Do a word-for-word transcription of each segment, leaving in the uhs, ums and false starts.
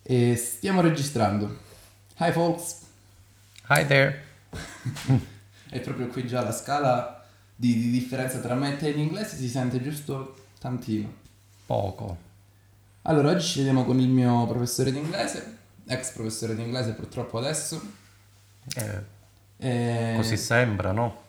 E stiamo registrando. Hi folks! Hi there. E proprio qui già la scala di, di differenza tra me e te in inglese si sente giusto tantino. Poco. Allora, oggi ci vediamo con il mio professore di inglese, ex professore di inglese purtroppo adesso. Eh, E... Così sembra, no?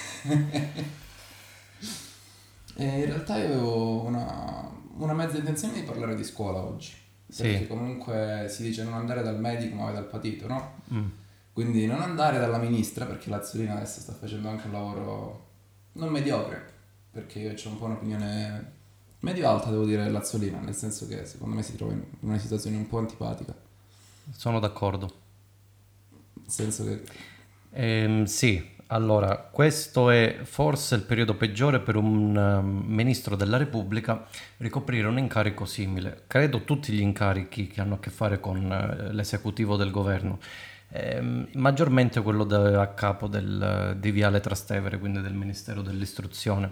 e in realtà io avevo una, una mezza intenzione di parlare di scuola oggi. Perché Sì. comunque si dice non andare dal medico ma vai dal patito, no? Mm. Quindi non andare dalla ministra, perché l'Azzolina adesso sta facendo anche un lavoro non mediocre, perché io ho un po' un'opinione medio alta, devo dire, dell'Azzolina, nel senso che secondo me si trova in una situazione un po' antipatica, Sono d'accordo. nel senso che... Ehm, sì, allora, questo è forse il periodo peggiore per un ehm, ministro della Repubblica ricoprire un incarico simile. Credo tutti gli incarichi che hanno a che fare con eh, l'esecutivo del governo, ehm, maggiormente quello da- a capo del, di Viale Trastevere, quindi del Ministero dell'Istruzione.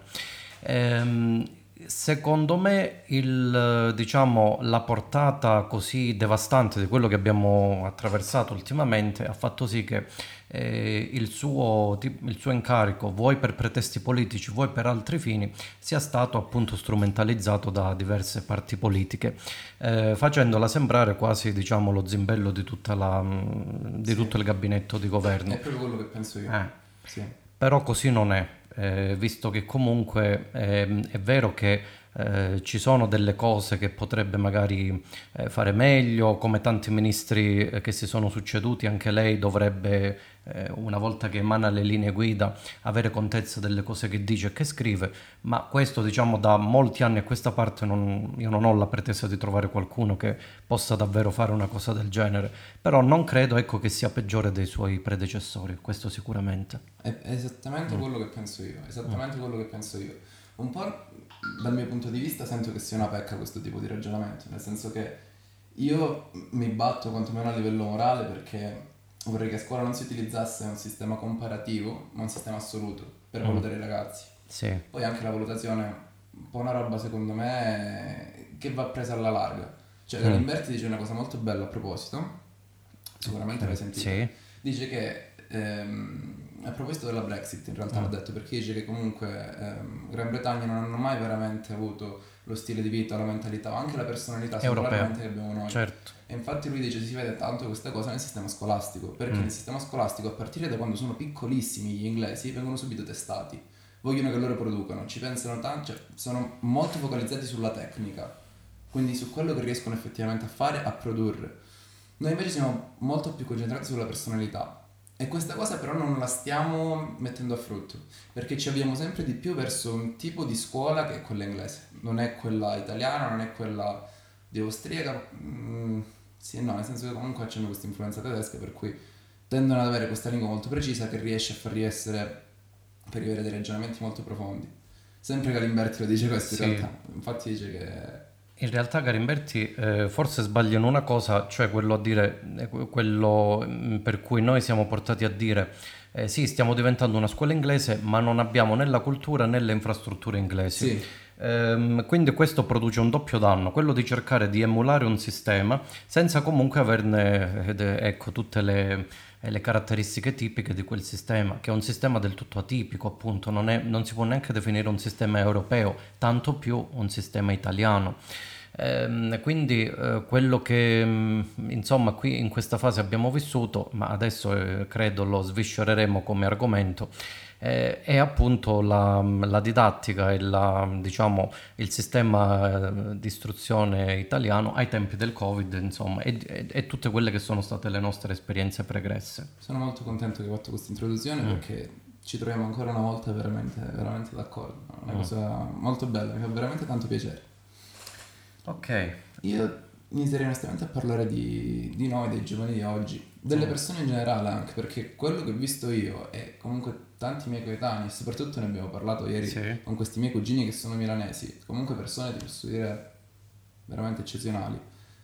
Ehm, Secondo me il, diciamo, la portata così devastante di quello che abbiamo attraversato ultimamente ha fatto sì che eh, il suo, ti- il suo incarico, vuoi per pretesti politici, vuoi per altri fini, sia stato appunto strumentalizzato da diverse parti politiche, eh, facendola sembrare quasi, diciamo, lo zimbello di, tutta la, mh, di Sì, tutto il gabinetto di è governo. proprio quello che penso io. Eh, Sì, Però così non è, eh, visto che comunque ehm, è vero che eh, ci sono delle cose che potrebbe magari eh, fare meglio, come tanti ministri eh, che si sono succeduti, anche lei dovrebbe, eh, una volta che emana le linee guida, avere contezza delle cose che dice e che scrive, ma questo diciamo da molti anni a questa parte non- io non ho la pretesa di trovare qualcuno che possa davvero fare una cosa del genere, però non credo ecco, che sia peggiore dei suoi predecessori, questo sicuramente. è, è esattamente Mm. quello che penso io, Mm. esattamente quello che penso io. Un po' dal mio punto di vista sento che sia una pecca questo tipo di ragionamento, nel senso che io mi batto quantomeno a livello morale perché vorrei che a scuola non si utilizzasse un sistema comparativo, ma un sistema assoluto per Mm. valutare i ragazzi. Sì, Poi anche la valutazione, un po' una roba secondo me che va presa alla larga. Cioè mm. Galimberti dice una cosa molto bella a proposito, sicuramente l'hai Ok, sentita. sì, Dice che ehm, a proposito della Brexit in realtà l'ha mm. detto perché dice che comunque ehm, Gran Bretagna non hanno mai veramente avuto lo stile di vita, la mentalità o anche la personalità Europeo, singolarmente che abbiamo noi. certo. E infatti lui dice si vede tanto questa cosa nel sistema scolastico, perché Mm. nel sistema scolastico a partire da quando sono piccolissimi gli inglesi vengono subito testati, vogliono che loro producano, ci pensano tanto, cioè sono molto focalizzati sulla tecnica, quindi su quello che riescono effettivamente a fare, a produrre. Noi invece siamo molto più concentrati sulla personalità e questa cosa però non la stiamo mettendo a frutto, perché ci avviamo sempre di più verso un tipo di scuola che è quella inglese, non è quella italiana, non è quella di austriaca, mm, sì e no, nel senso che comunque hanno questa influenza tedesca per cui tendono ad avere questa lingua molto precisa che riesce a far riessere per avere dei ragionamenti molto profondi. Sempre Galimberti lo dice questo in Sì, realtà, infatti dice che... in realtà Garimberti eh, forse sbaglia in una cosa, cioè quello, a dire, eh, que- quello mm, per cui noi siamo portati a dire eh, sì, stiamo diventando una scuola inglese, ma non abbiamo né la cultura né le infrastrutture inglesi. Sì, Ehm, quindi questo produce un doppio danno, quello di cercare di emulare un sistema senza comunque averne eh, de- ecco, tutte le, eh, le caratteristiche tipiche di quel sistema, che è un sistema del tutto atipico, appunto, non è- non si può neanche definire un sistema europeo, tanto più un sistema italiano. Ehm, quindi eh, quello che mh, insomma qui in questa fase abbiamo vissuto, ma adesso eh, credo lo sviscereremo come argomento, eh, è appunto la, la didattica e la, diciamo, il sistema eh, di istruzione italiano ai tempi del Covid, insomma, e, e- e tutte quelle che sono state le nostre esperienze pregresse. sono molto contento che hai fatto questa introduzione Mm, perché ci troviamo ancora una volta veramente, veramente d'accordo. È una mm. cosa molto bella, mi fa veramente tanto piacere. Ok. Io inizierei onestamente a parlare di, di noi, dei giovani di oggi, delle Mm, persone in generale anche, perché quello che ho visto io e comunque tanti miei coetanei, e soprattutto ne abbiamo parlato ieri sì. con questi miei cugini che sono milanesi, comunque persone, ti posso dire, veramente eccezionali.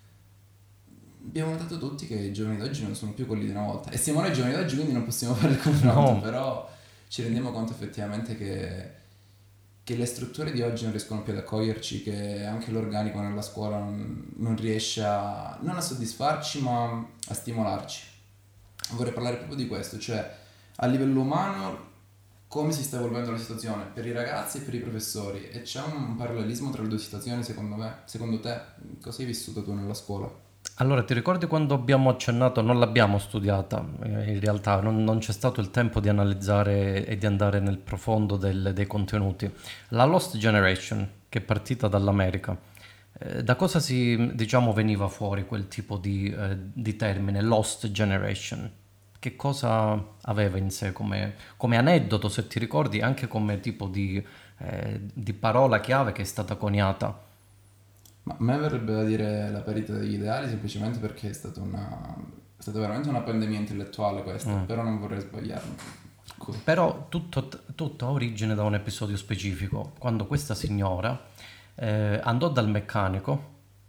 Abbiamo notato tutti che i giovani d'oggi non sono più quelli di una volta. E siamo noi giovani d'oggi, quindi non possiamo fare il confronto, No. però ci rendiamo conto effettivamente che, che le strutture di oggi non riescono più ad accoglierci, che anche l'organico nella scuola non, non riesce a, non a soddisfarci, ma a stimolarci. Vorrei parlare proprio di questo, cioè a livello umano come si sta evolvendo la situazione per i ragazzi e per i professori, e c'è un parallelismo tra le due situazioni secondo me. Secondo te cosa hai vissuto tu nella scuola? Allora, ti ricordi quando abbiamo accennato, non l'abbiamo studiata, eh, in realtà non, non c'è stato il tempo di analizzare e di andare nel profondo del- dei contenuti. La Lost Generation, che è partita dall'America, eh, da cosa si, diciamo, veniva fuori quel tipo di, eh, di termine, Lost Generation? Che cosa aveva in sé come, come aneddoto, se ti ricordi, anche come tipo di, eh, di parola chiave che è stata coniata? Ma a me verrebbe da dire la parità degli ideali, semplicemente perché è stata una è stata veramente una pandemia intellettuale questa, Mm. però non vorrei sbagliarmi. Ecco. Però tutto, tutto ha origine da un episodio specifico, quando questa signora eh, andò dal meccanico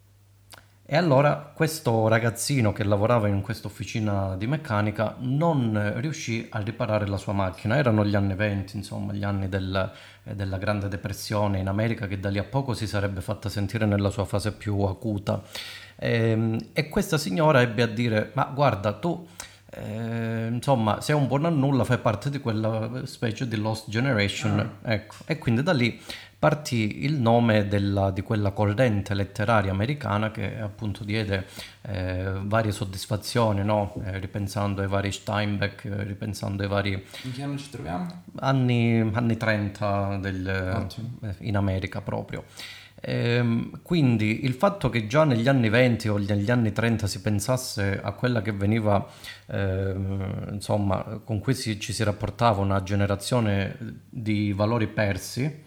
e allora questo ragazzino che lavorava in questa officina di meccanica non riuscì a riparare la sua macchina. Erano gli anni venti, insomma, gli anni del- eh, della Grande Depressione in America, che da lì a poco si sarebbe fatta sentire nella sua fase più acuta. Ehm, E, questa signora ebbe a dire: Ma guarda, tu eh, insomma, sei un buon a nulla, fai parte di quella specie di Lost Generation. Ah, Ecco. E quindi da lì partì il nome della- di quella corrente letteraria americana che appunto diede eh, varie soddisfazioni, no? Eh, ripensando ai vari Steinbeck, eh, ripensando ai vari in che anno ci troviamo? anni, anni trenta del- Ottimo. eh, in America proprio. Ehm, quindi il fatto che già negli anni venti o negli anni trenta si pensasse a quella che veniva, ehm, insomma, con cui si- ci si rapportava una generazione di valori persi,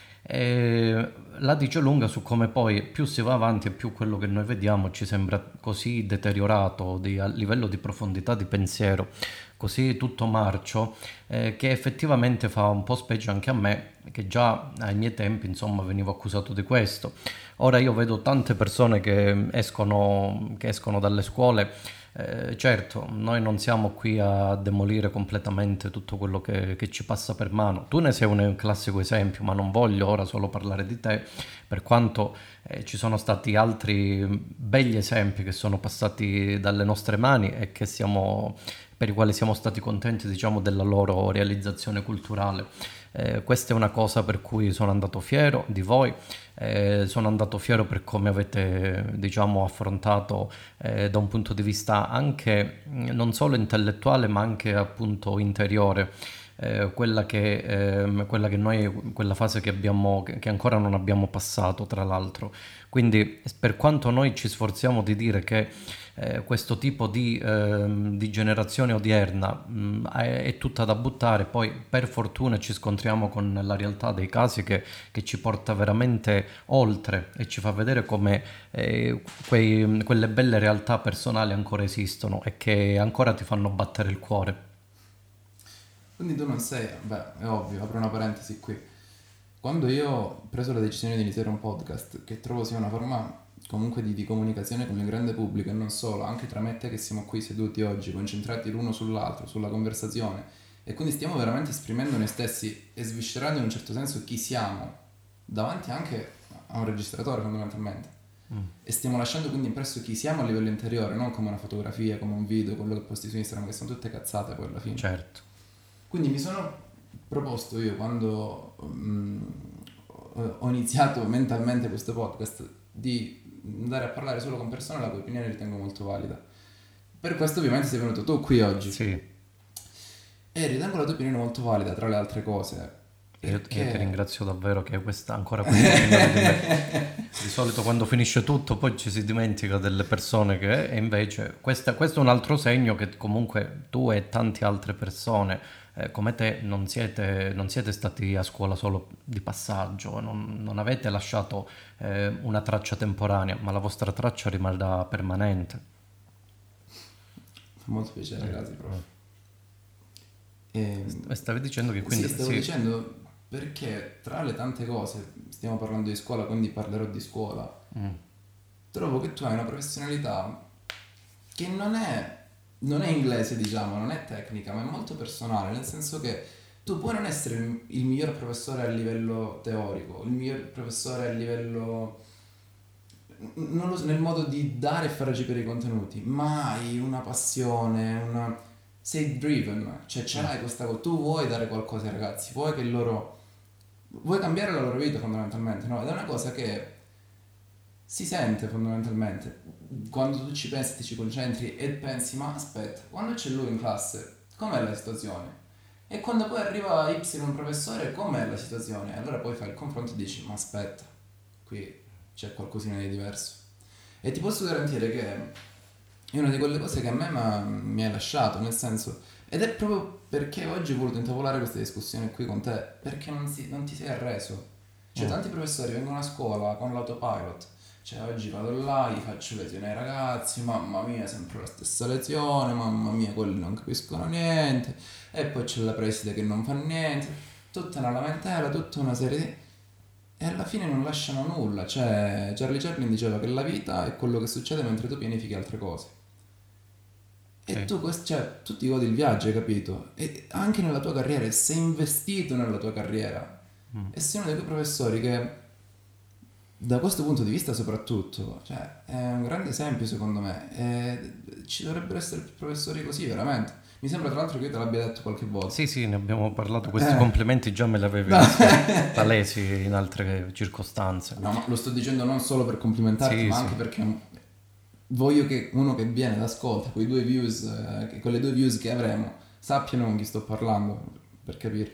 eh, la dice lunga su come poi più si va avanti e più quello che noi vediamo ci sembra così deteriorato di- a livello di profondità di pensiero, così tutto marcio, eh, che effettivamente fa un po' specie anche a me, che già ai miei tempi, insomma, venivo accusato di questo. Ora io vedo tante persone che escono, che escono dalle scuole. Eh, certo, noi non siamo qui a demolire completamente tutto quello che, che ci passa per mano. Tu ne sei un classico esempio, ma non voglio ora solo parlare di te, per quanto eh, ci sono stati altri begli esempi che sono passati dalle nostre mani e che siamo, per i quali siamo stati contenti, diciamo, della loro realizzazione culturale. Eh, questa è una cosa per cui sono andato fiero di voi, eh, sono andato fiero per come avete, diciamo, affrontato eh, da un punto di vista anche mh, non solo intellettuale ma anche appunto interiore. Eh, quella che, ehm, quella che noi, quella fase che abbiamo, che che ancora non abbiamo passato, tra l'altro. Quindi, per quanto noi ci sforziamo di dire che eh, questo tipo di, ehm, di generazione odierna mh, è, è tutta da buttare, poi per fortuna ci scontriamo con la realtà dei casi che, che ci porta veramente oltre e ci fa vedere come eh, quei- quelle belle realtà personali ancora esistono e che ancora ti fanno battere il cuore. Quindi tu non sei, beh, è ovvio, apro una parentesi qui. Quando io ho preso la decisione di iniziare un podcast, che trovo sia una forma comunque di, di comunicazione con il grande pubblico e non solo, anche tra me e te che siamo qui seduti oggi, concentrati l'uno sull'altro, sulla conversazione, e quindi stiamo veramente esprimendo noi stessi e sviscerando in un certo senso chi siamo, davanti anche a un registratore fondamentalmente. Mm. E stiamo lasciando quindi impresso chi siamo a livello interiore, non come una fotografia, come un video, quello che posti su Instagram, che sono tutte cazzate poi alla fine. Certo. Quindi mi sono proposto io quando mm, ho ho iniziato mentalmente questo podcast di andare a parlare solo con persone la cui opinione ritengo molto valida. Per questo ovviamente sei venuto tu qui oggi Sì, e ritengo la tua opinione molto valida tra le altre cose io, io ti perché ringrazio davvero che hai questa, ancora questa opinione di me. Di solito quando finisce tutto poi ci si dimentica delle persone che e invece questa- questo è un altro segno che comunque tu e tante altre persone eh, come te non siete, non siete stati a scuola solo di passaggio, non, non avete lasciato eh, una traccia temporanea, ma la vostra traccia rimarrà permanente. fa molto piacere, grazie prof. E, E stavi dicendo che sì, quindi stavo sì, dicendo perché tra le tante cose, stiamo parlando di scuola, quindi parlerò di scuola, mm, trovo che tu hai una professionalità che non è, non è inglese, diciamo, non è tecnica, ma è molto personale, nel senso che tu puoi non essere il, il miglior professore a livello teorico, il miglior professore a livello, non lo so, nel modo di dare e far recepire i contenuti, ma hai una passione, una... sei driven, cioè ce l'hai questa cosa, tu vuoi dare qualcosa ai ragazzi, vuoi che loro, vuoi cambiare la loro vita fondamentalmente, no? Ed è una cosa che si sente fondamentalmente quando tu ci pensi, ti ci concentri e pensi, ma aspetta, quando c'è lui in classe, com'è la situazione? E quando poi arriva Y professore, com'è la situazione? Allora poi fai il confronto e dici, ma aspetta, qui c'è qualcosina di diverso. E ti posso garantire che è una di quelle cose che a me m'ha- mi ha lasciato, nel senso, ed è proprio perché oggi ho voluto intavolare questa discussione qui con te, perché non, si- non ti sei arreso. Cioè, Mm. tanti professori vengono a scuola con l'autopilot, cioè oggi vado là, gli faccio lezione ai ragazzi, mamma mia, sempre la stessa lezione, mamma mia, quelli non capiscono niente, e poi c'è la preside che non fa niente, tutta una lamentela, tutta una serie di... E alla fine non lasciano nulla, cioè Charlie Chaplin diceva che la vita è quello che succede mentre tu pianifichi altre cose. E Sì. tu, quest- cioè, tu ti godi il viaggio, hai capito? E anche nella tua carriera, e sei investito nella tua carriera. Mm. E sei uno dei quei professori che, da questo punto di vista soprattutto, cioè, è un grande esempio secondo me. E ci dovrebbero essere più professori così, veramente. Mi sembra tra l'altro che io te l'abbia detto qualche volta. Sì, sì, ne abbiamo parlato, questi Eh. complimenti già me li avevi No. palesi in altre circostanze. No, ma lo sto dicendo non solo per complimentarti, Sì, ma sì. anche perché voglio che uno che viene ad ascolta, quei due views, eh, che- quelle due views che avremo, sappiano con chi sto parlando, per capire.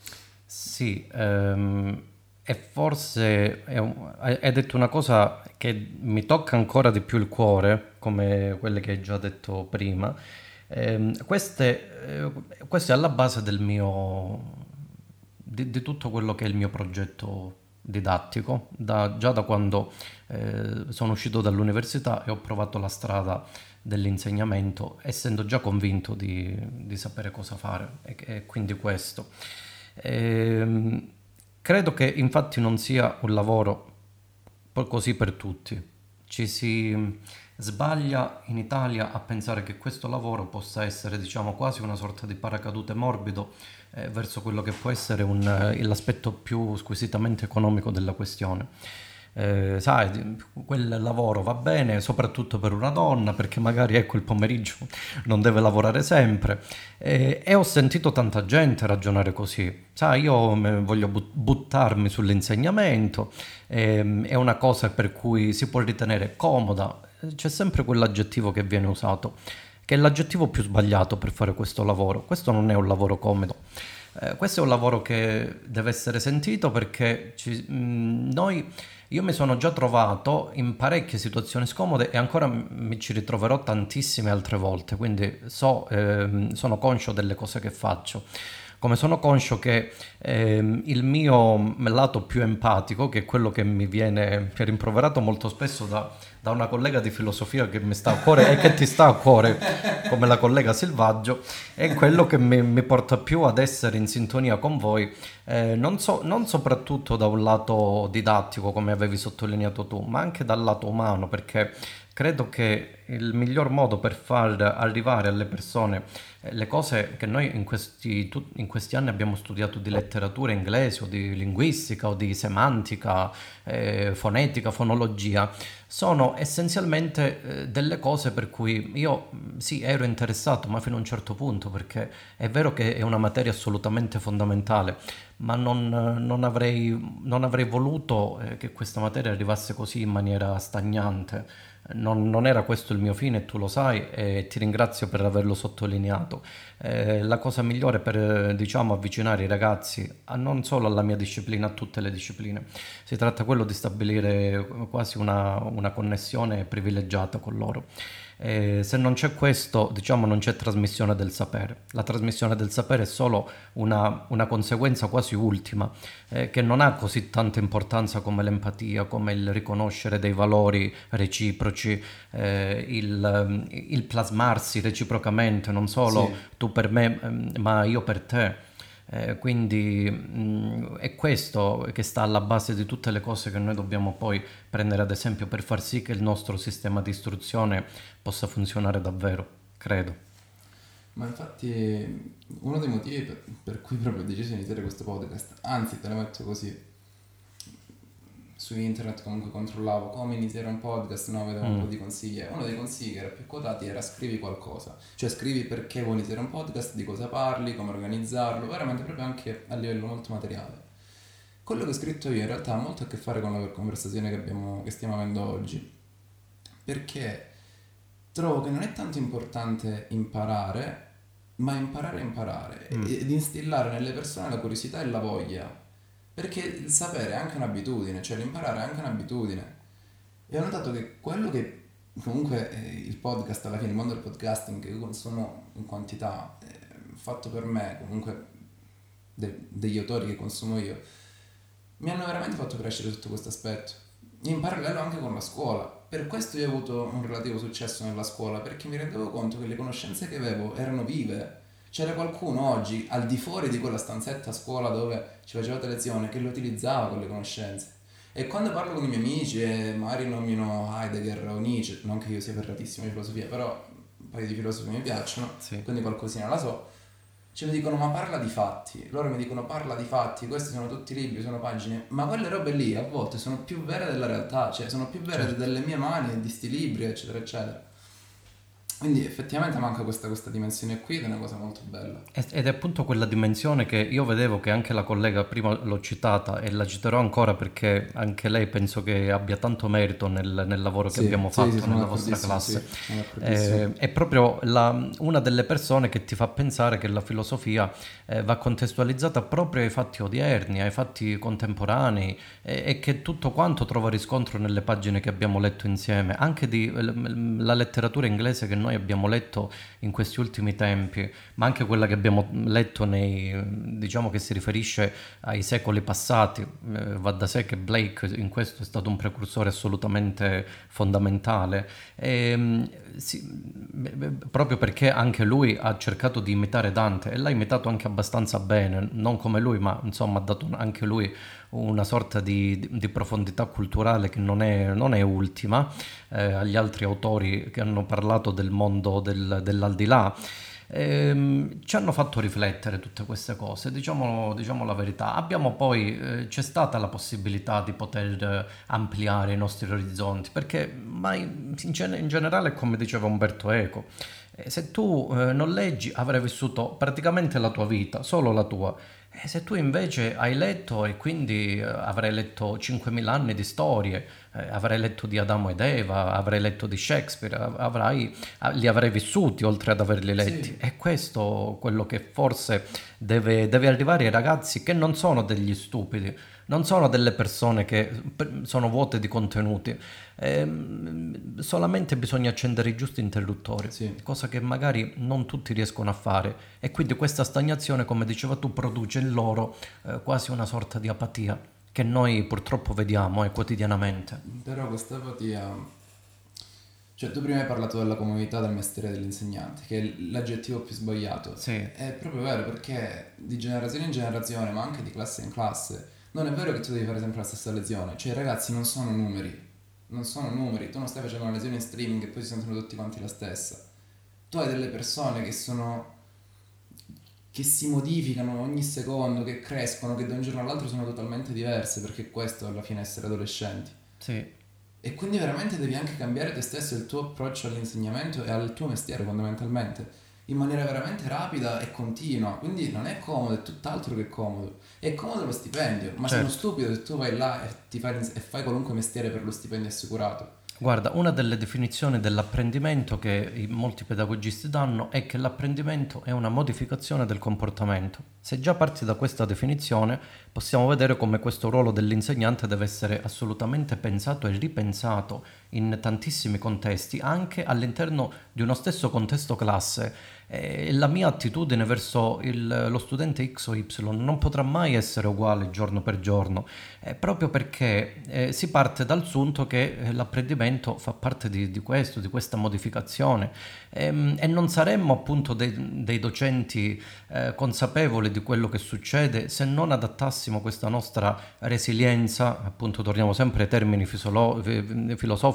Sì, ehm, e forse è un- hai hai detto una cosa che mi tocca ancora di più il cuore, come quelle che hai già detto prima. Ehm, queste, eh, questo è alla base del mio, di, di tutto quello che è il mio progetto didattico, da- già da quando eh, sono uscito dall'università e ho provato la strada dell'insegnamento, essendo già convinto di, di sapere cosa fare, e, e quindi questo. Ehm, credo che infatti non sia un lavoro po- così per tutti. Ci si sbaglia in Italia a pensare che questo lavoro possa essere, diciamo, quasi una sorta di paracadute morbido eh, verso quello che può essere un, eh, l'aspetto più squisitamente economico della questione. Eh, sai, di- quel lavoro va bene soprattutto per una donna perché magari ecco il pomeriggio non deve lavorare sempre. Eh, e ho sentito tanta gente ragionare così. Sai, io me- voglio but- buttarmi sull'insegnamento, ehm, è una cosa per cui si può ritenere comoda. C'è sempre quell'aggettivo che viene usato, che è l'aggettivo più sbagliato per fare questo lavoro. Questo non è un lavoro comodo. Eh, questo è un lavoro che deve essere sentito perché ci- mh, noi, io mi sono già trovato in parecchie situazioni scomode e ancora m- mi ci ritroverò tantissime altre volte, quindi so, ehm, sono conscio delle cose che faccio. Come sono conscio che ehm, il mio lato più empatico, che è quello che mi viene rimproverato molto spesso da, da una collega di filosofia che mi sta a cuore e che ti sta a cuore, come la collega Silvaggio, è quello che mi, mi porta più ad essere in sintonia con voi, eh, non, so, non soprattutto da un lato didattico, come avevi sottolineato tu, ma anche dal lato umano, perché credo che il miglior modo per far arrivare alle persone eh, le cose che noi in questi, tu- in questi anni abbiamo studiato di letteratura inglese o di linguistica o di semantica, eh, fonetica, fonologia, sono essenzialmente eh, delle cose per cui io mh, sì ero interessato, ma fino a un certo punto, perché è vero che è una materia assolutamente fondamentale, ma non, non avrei, non avrei voluto eh, che questa materia arrivasse così in maniera stagnante. Non, non era questo il mio fine, e tu lo sai, e ti ringrazio per averlo sottolineato. Eh, la cosa migliore per, eh, diciamo, avvicinare i ragazzi a non solo alla mia disciplina, a tutte le discipline. Si tratta quello di stabilire quasi una, una connessione privilegiata con loro. Eh, se non c'è questo, diciamo, non c'è trasmissione del sapere. La trasmissione del sapere è solo una, una conseguenza quasi ultima, eh, che non ha così tanta importanza come l'empatia, come il riconoscere dei valori reciproci, eh, il, il plasmarsi reciprocamente, non solo Sì. tu per me, ehm, ma io per te. Eh, quindi mh, è questo che sta alla base di tutte le cose che noi dobbiamo poi prendere ad esempio per far sì che il nostro sistema di istruzione possa funzionare davvero, credo. Ma infatti uno dei motivi per, per cui proprio ho deciso di iniziare questo podcast, anzi te lo metto così, su internet comunque controllavo come iniziare un podcast, no, vedevo un Mm. po' di consigli. Uno dei consigli che era più quotati era scrivi qualcosa, cioè scrivi perché vuoi iniziare un podcast, di cosa parli, come organizzarlo, veramente proprio anche a livello molto materiale. Quello che ho scritto io in realtà ha molto a che fare con la conversazione che, abbiamo, che stiamo avendo oggi, perché trovo che non è tanto importante imparare, ma imparare a imparare Mm. ed instillare nelle persone la curiosità e la voglia, perché il sapere è anche un'abitudine, cioè l'imparare è anche un'abitudine. E ho notato che quello che comunque eh, il podcast, alla fine, il mondo del podcasting che io consumo in quantità, eh, fatto per me, comunque de- degli autori che consumo io, mi hanno veramente fatto crescere sotto questo aspetto. In parallelo anche con la scuola. Per questo io ho avuto un relativo successo nella scuola, perché mi rendevo conto che le conoscenze che avevo erano vive. C'era qualcuno oggi, al di fuori di quella stanzetta a scuola dove ci facevate lezione, che le utilizzava quelle conoscenze. E quando parlo con i miei amici e magari nomino Heidegger o Nietzsche, non che io sia ferratissimo di filosofia, però un paio di filosofi mi piacciono, Sì. quindi qualcosina la so. Ci mi dicono ma parla di fatti, loro mi dicono parla di fatti, questi sono tutti libri, sono pagine, ma quelle robe lì a volte sono più vere della realtà, cioè sono più vere Certo. delle mie mani e di sti libri, eccetera, eccetera. Quindi effettivamente manca questa, questa dimensione qui ed è una cosa molto bella. Ed è appunto quella dimensione che io vedevo che anche la collega prima l'ho citata e la citerò ancora perché anche lei penso che abbia tanto merito nel, nel lavoro che Sì, abbiamo sì, fatto sì, sono nella vostra d'accordissimo, classe. sì, sono d'accordissimo. Eh, è proprio la- una delle persone che ti fa pensare che la filosofia eh, va contestualizzata proprio ai fatti odierni, ai fatti contemporanei e, e che tutto quanto trova riscontro nelle pagine che abbiamo letto insieme, anche di l- la letteratura inglese che noi abbiamo letto in questi ultimi tempi, ma anche quella che abbiamo letto nei, diciamo che si riferisce ai secoli passati. Eh, va da sé che Blake in questo è stato un precursore assolutamente fondamentale. E, sì, proprio perché anche lui ha cercato di imitare Dante e l'ha imitato anche abbastanza bene, non come lui, ma insomma ha dato anche lui una sorta di, di profondità culturale che non è, non è ultima eh, agli altri autori che hanno parlato del mondo del, dell'aldilà. Ehm, ci hanno fatto riflettere tutte queste cose, diciamo, diciamo la verità. Abbiamo poi, eh, c'è stata la possibilità di poter eh, ampliare i nostri orizzonti, perché ma in, in gen- in generale, come diceva Umberto Eco, eh, se tu eh, non leggi avrai vissuto praticamente la tua vita, solo la tua. E se tu invece hai letto e quindi eh, avrai letto cinquemila anni di storie, eh, avrai letto di Adamo ed Eva, avrai letto di Shakespeare, av- avrai, ah, li avrai vissuti oltre ad averli letti. Sì, E questo quello che forse deve, deve arrivare ai ragazzi che non sono degli stupidi, non sono delle persone che per- sono vuote di contenuti. Ehm, solamente bisogna accendere i giusti interruttori, sì. cosa che magari non tutti riescono a fare e quindi questa stagnazione, come diceva tu, produce in loro eh, quasi una sorta di apatia che noi purtroppo vediamo eh, quotidianamente. Però questa apatia, cioè tu prima hai parlato della comunità del mestiere dell'insegnante, che è l'aggettivo più sbagliato. Sì, È proprio vero perché di generazione in generazione, ma anche di classe in classe, non è vero che tu devi fare sempre la stessa lezione. Cioè i ragazzi non sono numeri, non sono numeri. Tu non stai facendo una lezione in streaming e poi si sentono tutti quanti la stessa. Tu hai delle persone che sono che si modificano ogni secondo, che crescono, che da un giorno all'altro sono totalmente diverse, perché questo alla fine è essere adolescenti. sì. E quindi veramente devi anche cambiare te stesso e il tuo approccio all'insegnamento e al tuo mestiere fondamentalmente, in maniera veramente rapida e continua. Quindi non è comodo, è tutt'altro che comodo. È comodo lo stipendio, ma sono Certo. stupido se tu vai là e, ti fai, e fai qualunque mestiere per lo stipendio assicurato. Guarda, una delle definizioni dell'apprendimento che i- molti pedagogisti danno è che l'apprendimento è una modificazione del comportamento. Se già parti da questa definizione, possiamo vedere come questo ruolo dell'insegnante deve essere assolutamente pensato e ripensato in tantissimi contesti, anche all'interno di uno stesso contesto classe. E la mia attitudine verso il- lo studente X o Y non potrà mai essere uguale giorno per giorno, eh, proprio perché eh, si parte dal sunto che eh, l'apprendimento fa parte di, di questo, di questa modificazione. Ehm, e non saremmo appunto dei, dei docenti eh, consapevoli di quello che succede se non adattassimo questa nostra resilienza, appunto torniamo sempre ai termini fisolo- fi- filosofici,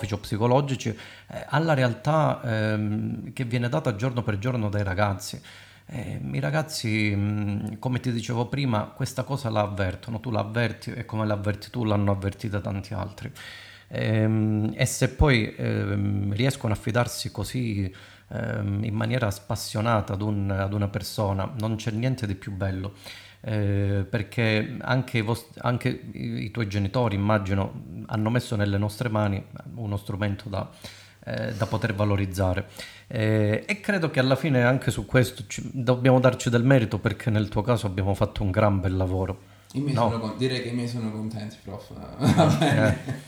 filosofici o psicologici, eh, alla realtà ehm, che viene data giorno per giorno dai ragazzi. Eh, I ragazzi, mh, come ti dicevo prima, questa cosa la avvertono, tu la avverti e come la avverti tu l'hanno avvertita tanti altri. Ehm, e se poi ehm, riescono a fidarsi così ehm, in maniera spassionata ad, un- ad una persona, non c'è niente di più bello. Eh, perché anche, i vost- anche i, i tuoi genitori, immagino, hanno messo nelle nostre mani uno strumento da, eh, da poter valorizzare. Eh, e credo che alla fine anche su questo ci- dobbiamo darci del merito perché nel tuo caso abbiamo fatto un gran bel lavoro. I miei sono No? con- direi che i miei sono contenti, prof. Va Eh, eh, bene.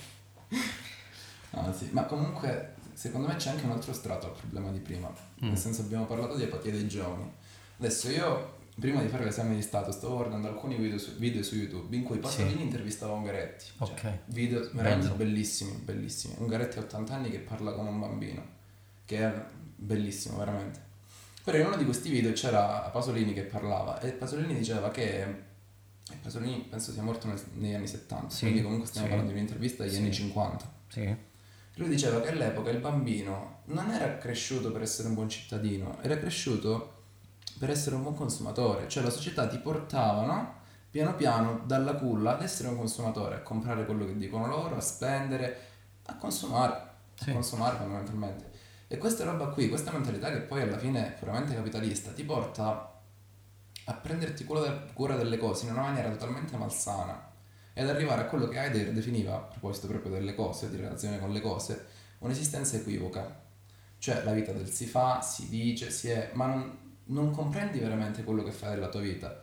No, sì. Ma comunque, secondo me c'è anche un altro strato al problema di prima. Nel mm, senso, abbiamo parlato di apatia dei giovani. Adesso io, prima di fare l'esame di Stato, stavo guardando alcuni video su, video su YouTube in cui sì, Pasolini intervistava Ungaretti. Cioè, ok, video veramente bello. bellissimi, bellissimi. Ungaretti ha ottanta anni che parla come un bambino, che è bellissimo, veramente. Però in uno di questi video c'era Pasolini che parlava e Pasolini diceva che... E Pasolini penso sia morto nel- negli anni settanta, quindi Sì, comunque stiamo sì, parlando di un'intervista degli anni sì, cinquanta. sì, Lui diceva che all'epoca il bambino non era cresciuto per essere un buon cittadino, era cresciuto per essere un buon consumatore, cioè la società ti portava, no? Piano piano dalla culla ad essere un consumatore, a comprare quello che dicono loro, a spendere, a consumare, a sì, consumare fondamentalmente. E questa roba qui, questa mentalità che poi alla fine è puramente capitalista, ti porta a prenderti cura, del- cura delle cose in una maniera totalmente malsana ed arrivare a quello che Heidegger definiva, a proposito proprio delle cose, di relazione con le cose, un'esistenza equivoca. Cioè la vita del si fa, si dice, si è, ma non, non comprendi veramente quello che fai della tua vita.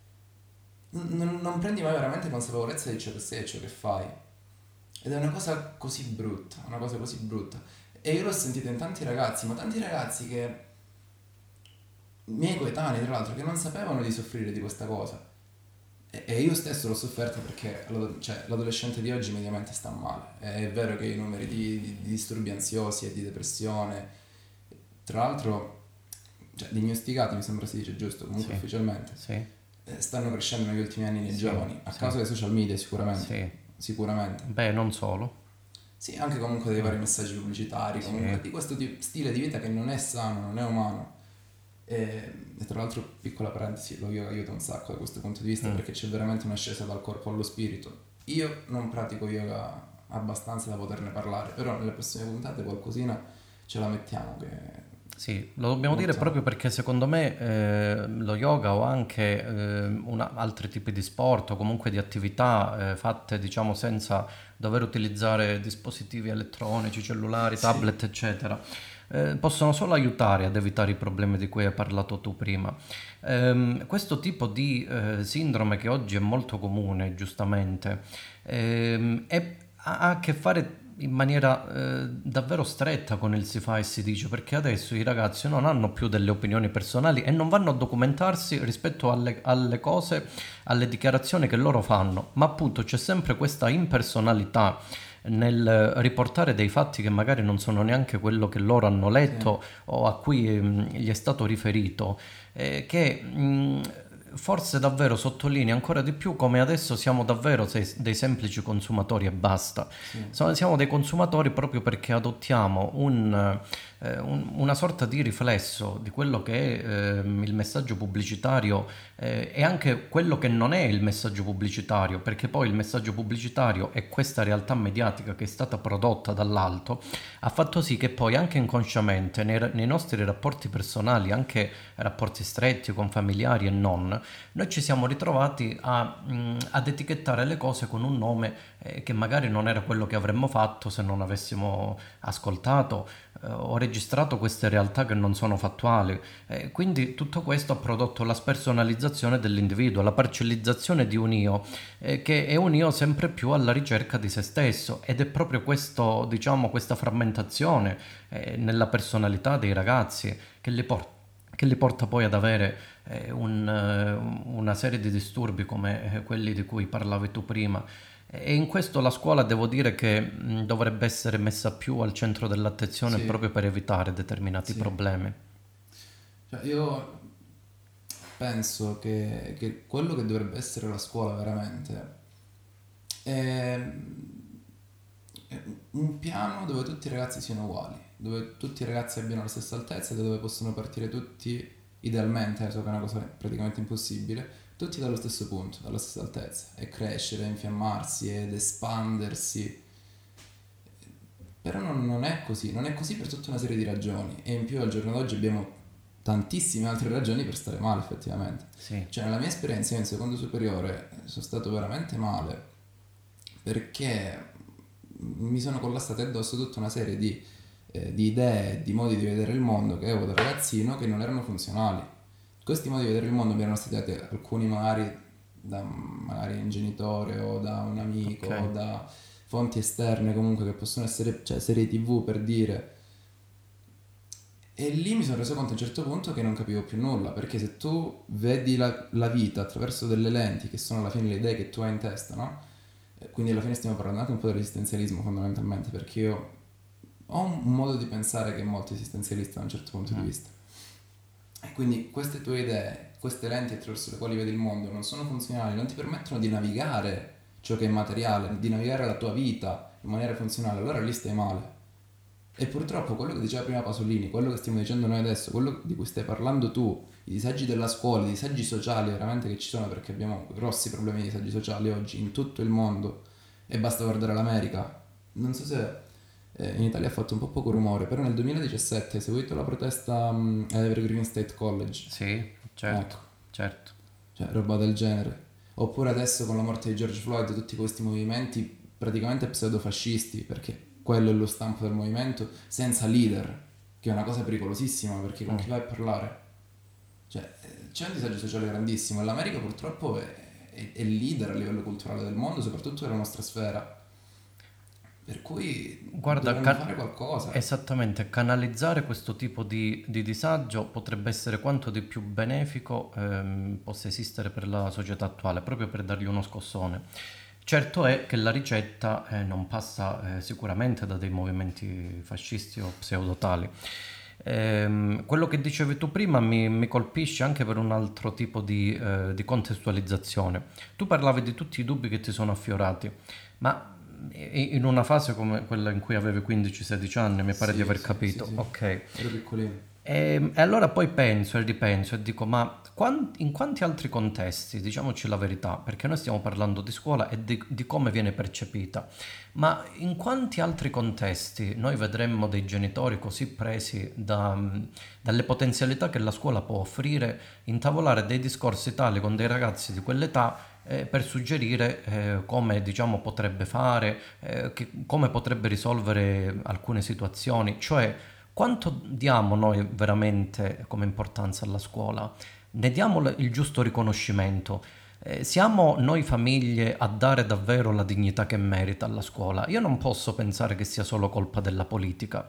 Non, non prendi mai veramente consapevolezza di ciò che sei e ciò che fai. Ed è una cosa così brutta, una cosa così brutta. E io l'ho sentito in tanti ragazzi, ma tanti ragazzi che, miei coetanei tra l'altro, che non sapevano di soffrire di questa cosa. E, e io stesso l'ho sofferta perché l'ado- cioè, l'adolescente di oggi mediamente sta male. È vero che i numeri di, di- di disturbi ansiosi e di depressione, tra l'altro, cioè, diagnosticati, mi sembra si dice giusto, comunque sì, ufficialmente, sì, eh, stanno crescendo negli ultimi anni nei sì, giovani, a sì, causa dei social media sicuramente, sì. sicuramente. Beh, non solo. Sì, anche comunque dei Mm, vari messaggi pubblicitari, sì. comunque di questo ti- stile di vita che non è sano, non è umano. E, e tra l'altro, piccola parentesi, lo yoga aiuta un sacco da questo punto di vista Mm. perché c'è veramente un'ascesa dal corpo allo spirito. Io non pratico yoga abbastanza da poterne parlare, però nelle prossime puntate qualcosina ce la mettiamo che è Sì, lo dobbiamo dire molto... proprio perché secondo me eh, lo yoga o anche eh, una- altri tipi di sport o comunque di attività eh, fatte diciamo senza dover utilizzare dispositivi elettronici, cellulari, Sì, tablet, eccetera, eh, possono solo aiutare ad evitare i problemi di cui hai parlato tu prima. Ehm, questo tipo di eh, sindrome che oggi è molto comune, giustamente, ehm, è- ha ha a che fare in maniera eh, davvero stretta con il si fa e si dice, perché adesso i ragazzi non hanno più delle opinioni personali e non vanno a documentarsi rispetto alle, alle cose, alle dichiarazioni che loro fanno, ma appunto c'è sempre questa impersonalità nel riportare dei fatti che magari non sono neanche quello che loro hanno sì, letto o a cui ehm, gli è stato riferito, eh, che mh, forse davvero sottolinea ancora di più come adesso siamo davvero se- dei semplici consumatori e basta. sì, So- Siamo dei consumatori proprio perché adottiamo un, eh, un- una sorta di riflesso di quello che è ehm, il messaggio pubblicitario eh, e anche quello che non è il messaggio pubblicitario, perché poi il messaggio pubblicitario e questa realtà mediatica che è stata prodotta dall'alto ha fatto sì che poi anche inconsciamente nei, nei nostri rapporti personali, anche rapporti stretti con familiari e non, noi ci siamo ritrovati a, mh, ad etichettare le cose con un nome eh, che magari non era quello che avremmo fatto se non avessimo ascoltato eh, o registrato queste realtà che non sono fattuali. Eh, quindi tutto questo ha prodotto la spersonalizzazione dell'individuo, la parcellizzazione di un io, eh, che è un io sempre più alla ricerca di se stesso ed è proprio questo, diciamo, questa frammentazione eh, nella personalità dei ragazzi che li porta che li porta poi ad avere eh, un, eh, una serie di disturbi come eh, quelli di cui parlavi tu prima. E in questo la scuola devo dire che mh, dovrebbe essere messa più al centro dell'attenzione sì, proprio per evitare determinati sì. problemi. Cioè, io penso che, che quello che dovrebbe essere la scuola veramente è, un piano dove tutti i ragazzi siano uguali, dove tutti i ragazzi abbiano la stessa altezza, da dove possono partire tutti, idealmente, so che è una cosa praticamente impossibile, tutti dallo stesso punto, dalla stessa altezza, e crescere, infiammarsi ed espandersi. Però non, non è così, non è così per tutta una serie di ragioni, e in più al giorno d'oggi abbiamo tantissime altre ragioni per stare male effettivamente. Sì. Cioè nella mia esperienza io in secondo superiore sono stato veramente male perché mi sono collastate addosso tutta una serie di, eh, di idee, di modi di vedere il mondo che avevo da ragazzino che non erano funzionali. Questi modi di vedere il mondo mi erano stati dati alcuni magari da magari un genitore o da un amico Ok. o da fonti esterne comunque che possono essere, cioè serie tv per dire. E lì mi sono reso conto a un certo punto che non capivo più nulla, perché se tu vedi la, la vita attraverso delle lenti che sono alla fine le idee che tu hai in testa, no? Eh, Quindi alla fine stiamo parlando anche un po' dell'esistenzialismo fondamentalmente, perché io ho un modo di pensare che è molto esistenzialista da un certo punto di Mm. vista. E quindi queste tue idee, queste lenti attraverso le quali vedi il mondo non sono funzionali, non ti permettono di navigare ciò che è materiale, di navigare la tua vita in maniera funzionale, allora lì stai male. E purtroppo quello che diceva prima Pasolini, quello che stiamo dicendo noi adesso, quello di cui stai parlando tu, i disagi della scuola, i disagi sociali veramente che ci sono, perché abbiamo grossi problemi di disagi sociali oggi in tutto il mondo, e basta guardare l'America. Non so se eh, in Italia ha fatto un po' poco rumore, però nel duemiladiciassette hai seguito la protesta mh, all'Evergreen State College. Sì, certo, Ecco, certo. cioè roba del genere. Oppure adesso con la morte di George Floyd, tutti questi movimenti praticamente pseudofascisti, perché quello è lo stampo del movimento, senza leader, che è una cosa pericolosissima, perché con Mm. chi vai a parlare? Cioè, eh, c'è un disagio sociale grandissimo e l'America purtroppo è, è, è leader a livello culturale del mondo, soprattutto nella nostra sfera. Per cui Guarda, dovremmo ca- fare qualcosa. esattamente, canalizzare questo tipo di, di disagio potrebbe essere quanto di più benefico ehm, possa esistere per la società attuale, proprio per dargli uno scossone. Certo è che la ricetta eh, non passa eh, sicuramente da dei movimenti fascisti o pseudotali. Ehm, quello che dicevi tu prima mi, mi colpisce anche per un altro tipo di, eh, di contestualizzazione. Tu parlavi di tutti i dubbi che ti sono affiorati, ma in una fase come quella in cui avevi quindici sedici anni, mi pare di Sì, aver sì, sì, capito. sì. Ok. Ero piccolino. E, e allora poi penso e ripenso e dico, ma quan- in quanti altri contesti, diciamoci la verità, perché noi stiamo parlando di scuola e di, di come viene percepita, ma in quanti altri contesti noi vedremmo dei genitori così presi da, dalle potenzialità che la scuola può offrire, intavolare dei discorsi tali con dei ragazzi di quell'età eh, per suggerire eh, come diciamo potrebbe fare, eh, che- come potrebbe risolvere alcune situazioni, cioè quanto diamo noi veramente come importanza alla scuola? Ne diamo l- il giusto riconoscimento? Eh, siamo noi famiglie a dare davvero la dignità che merita alla scuola? Io non posso pensare che sia solo colpa della politica.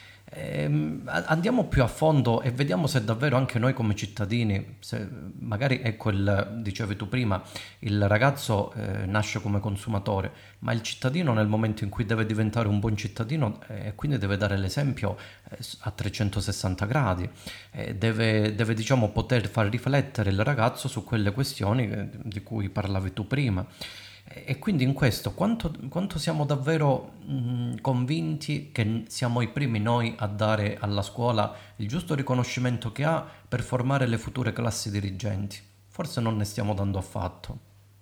Ehm, a- andiamo più a fondo e vediamo se davvero anche noi come cittadini, se magari ecco il, dicevi tu prima, il ragazzo eh, nasce come consumatore, ma il cittadino nel momento in cui deve diventare un buon cittadino e eh, quindi deve dare l'esempio eh, a trecentosessanta gradi, eh, deve, deve diciamo poter far riflettere il ragazzo su quelle questioni eh, di cui parlavi tu prima. E e quindi in questo quanto, quanto siamo davvero mh, convinti che n- siamo i primi noi a dare alla scuola il giusto riconoscimento che ha per formare le future classi dirigenti? Forse non ne stiamo dando affatto.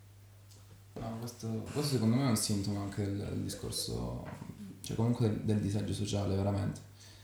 No, questo, questo secondo me è un sintomo anche del, del discorso, cioè comunque del, del disagio sociale, veramente.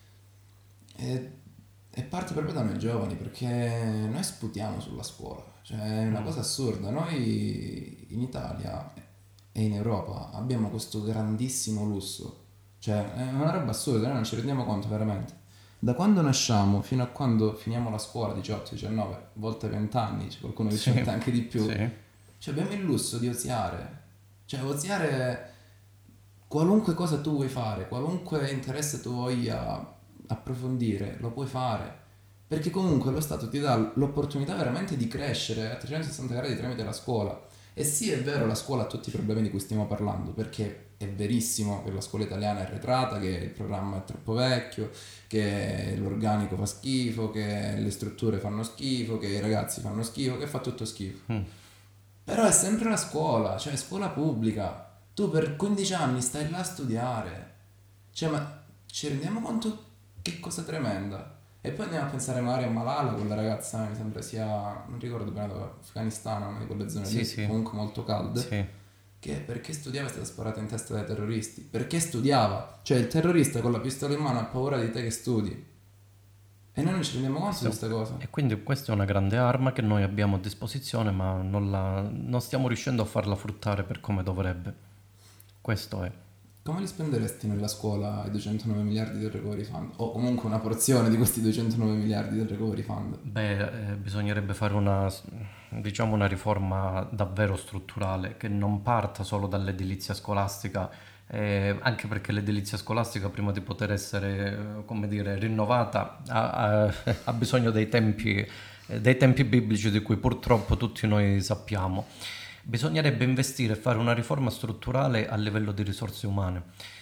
E, e parte proprio da noi giovani, perché noi sputiamo sulla scuola, cioè è una Mm. cosa assurda. Noi in Italia e in Europa abbiamo questo grandissimo lusso, cioè è una roba assurda, noi non ci rendiamo conto veramente. Da quando nasciamo fino a quando finiamo la scuola, diciotto, diciannove, volte venti anni, c'è qualcuno che ci Sì, mette anche di più, sì. cioè abbiamo il lusso di oziare, cioè oziare qualunque cosa tu vuoi fare, qualunque interesse tu voglia approfondire, lo puoi fare. Perché comunque lo Stato ti dà l'opportunità veramente di crescere a trecentosessanta gradi tramite la scuola. E sì, è vero, la scuola ha tutti i problemi di cui stiamo parlando, perché è verissimo che la scuola italiana è arretrata, che il programma è troppo vecchio, che l'organico fa schifo, che le strutture fanno schifo, che i ragazzi fanno schifo, che fa tutto schifo. Mm. Però è sempre la scuola, cioè è scuola pubblica. Tu per quindici anni stai là a studiare. Cioè, ma ci rendiamo conto che cosa tremenda? E poi andiamo a pensare magari a Malala, quella ragazza, mi sembra sia, non ricordo bene dove, Afghanistan, una di quelle zone Sì, lì, sì, comunque molto calde, sì. che perché studiava è stata sparata in testa dai terroristi. Perché studiava? Cioè il terrorista con la pistola in mano ha paura di te che studi. E noi non ci rendiamo conto di Questo- questa cosa. e quindi questa è una grande arma che noi abbiamo a disposizione, ma non, la- non stiamo riuscendo a farla fruttare per come dovrebbe. Questo è. Come li spenderesti nella scuola i duecentonove miliardi del recovery fund? O comunque una porzione di questi duecentonove miliardi del recovery fund? Beh, eh, bisognerebbe fare una, diciamo, una riforma davvero strutturale che non parta solo dall'edilizia scolastica, eh, anche perché l'edilizia scolastica prima di poter essere, eh, come dire, rinnovata ha, ha- ha bisogno dei tempi, eh, dei tempi biblici di cui purtroppo tutti noi sappiamo. Bisognerebbe investire e fare una riforma strutturale a livello di risorse umane.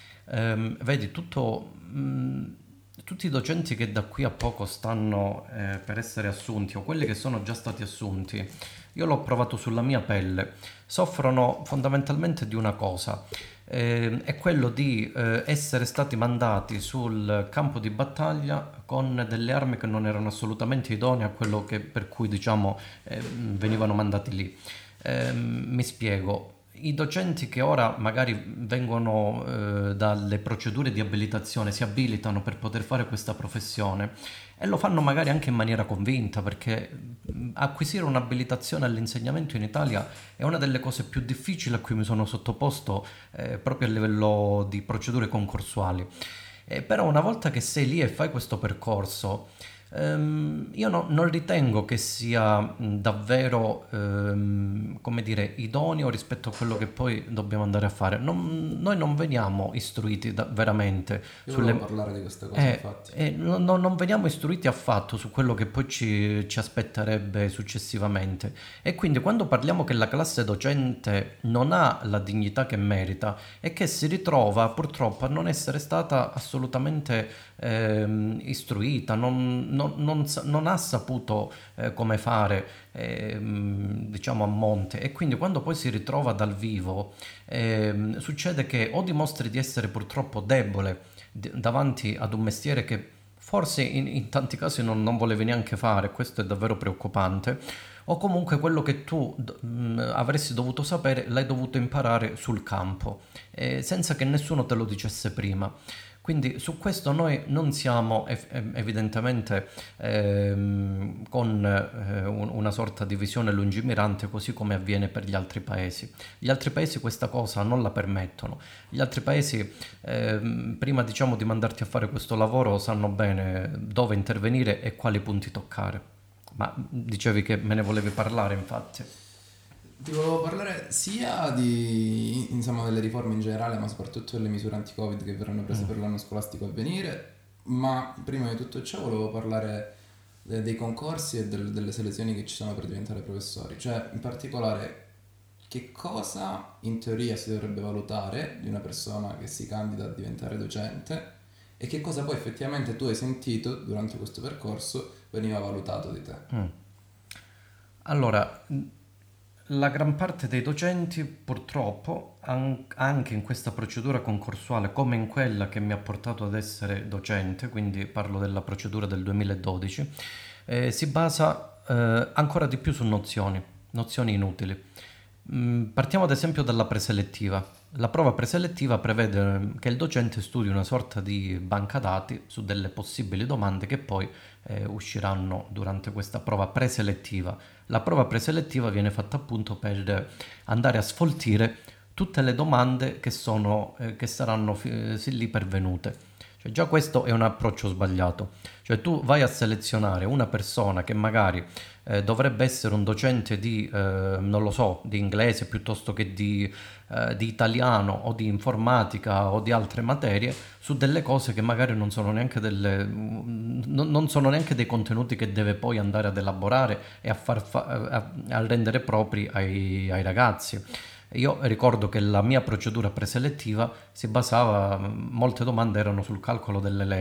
Ehm, vedi, tutto, mh, tutti i docenti che da qui a poco stanno eh, per essere assunti o quelli che sono già stati assunti, io l'ho provato sulla mia pelle, soffrono fondamentalmente di una cosa, ehm, è quello di eh, essere stati mandati sul campo di battaglia con delle armi che non erano assolutamente idonee a quello che- per cui diciamo eh, venivano mandati lì. Ehm, mi spiego. I docenti che ora magari vengono eh, dalle procedure di abilitazione si abilitano per poter fare questa professione e lo fanno magari anche in maniera convinta perché mh, acquisire un'abilitazione all'insegnamento in Italia è una delle cose più difficili a cui mi sono sottoposto eh, proprio a livello di procedure concorsuali. Eh, però una volta che sei lì e fai questo percorso, ehm, io no- non ritengo che sia mh, davvero, ehm, come dire, idoneo rispetto a quello che poi dobbiamo andare a fare. Non- noi non veniamo istruiti da- veramente Io volevo sulle... parlare di questa cosa, eh, infatti. eh, no- no- non veniamo istruiti affatto su quello che poi ci, ci aspetterebbe successivamente. E quindi quando parliamo che la classe docente non ha la dignità che merita, e che si ritrova purtroppo a non essere stata assolutamente ehm, istruita, non, non- non sa- non ha saputo eh, come fare, ehm, diciamo a monte, e quindi quando poi si ritrova dal vivo, ehm, succede che o dimostri di essere purtroppo debole d- davanti ad un mestiere che forse in, in tanti casi non, non volevi neanche fare, questo è davvero preoccupante, o comunque quello che tu d- mh, avresti dovuto sapere l'hai dovuto imparare sul campo, eh, senza che nessuno te lo dicesse prima. Quindi su questo noi non siamo ev- ev- evidentemente ehm, con eh, un- una sorta di visione lungimirante così come avviene per gli altri paesi. Gli altri paesi questa cosa non la permettono. Gli altri paesi ehm, prima diciamo di mandarti a fare questo lavoro sanno bene dove intervenire e quali punti toccare. Ma dicevi che me ne volevi parlare, infatti. Ti volevo parlare sia di, insomma, delle riforme in generale, ma soprattutto delle misure anti-Covid che verranno prese Mm. per l'anno scolastico a venire, ma prima di tutto ciò volevo parlare de- dei concorsi e del- delle selezioni che ci sono per diventare professori, cioè in particolare che cosa in teoria si dovrebbe valutare di una persona che si candida a diventare docente e che cosa poi effettivamente tu hai sentito durante questo percorso veniva valutato di te. Mm. Allora, la gran parte dei docenti purtroppo, an- anche in questa procedura concorsuale, come in quella che mi ha portato ad essere docente, quindi parlo della procedura del duemiladodici, eh, si basa eh, ancora di più su nozioni, nozioni inutili. Mm, Partiamo ad esempio dalla preselettiva. La prova preselettiva prevede eh, che il docente studi una sorta di banca dati su delle possibili domande che poi eh, usciranno durante questa prova preselettiva. La prova preselettiva viene fatta appunto per andare a sfoltire tutte le domande che, sono, eh, che saranno fi- sin lì pervenute. Cioè, già questo è un approccio sbagliato. Cioè tu vai a selezionare una persona che magari eh, dovrebbe essere un docente di, eh, non lo so, di inglese piuttosto che di, eh, di italiano o di informatica o di altre materie su delle cose che magari non sono neanche delle, non, non sono neanche dei contenuti che deve poi andare ad elaborare e a, far fa- a, a rendere propri ai, ai ragazzi. Io ricordo che la mia procedura preselettiva si basava, molte domande erano sul calcolo delle leve.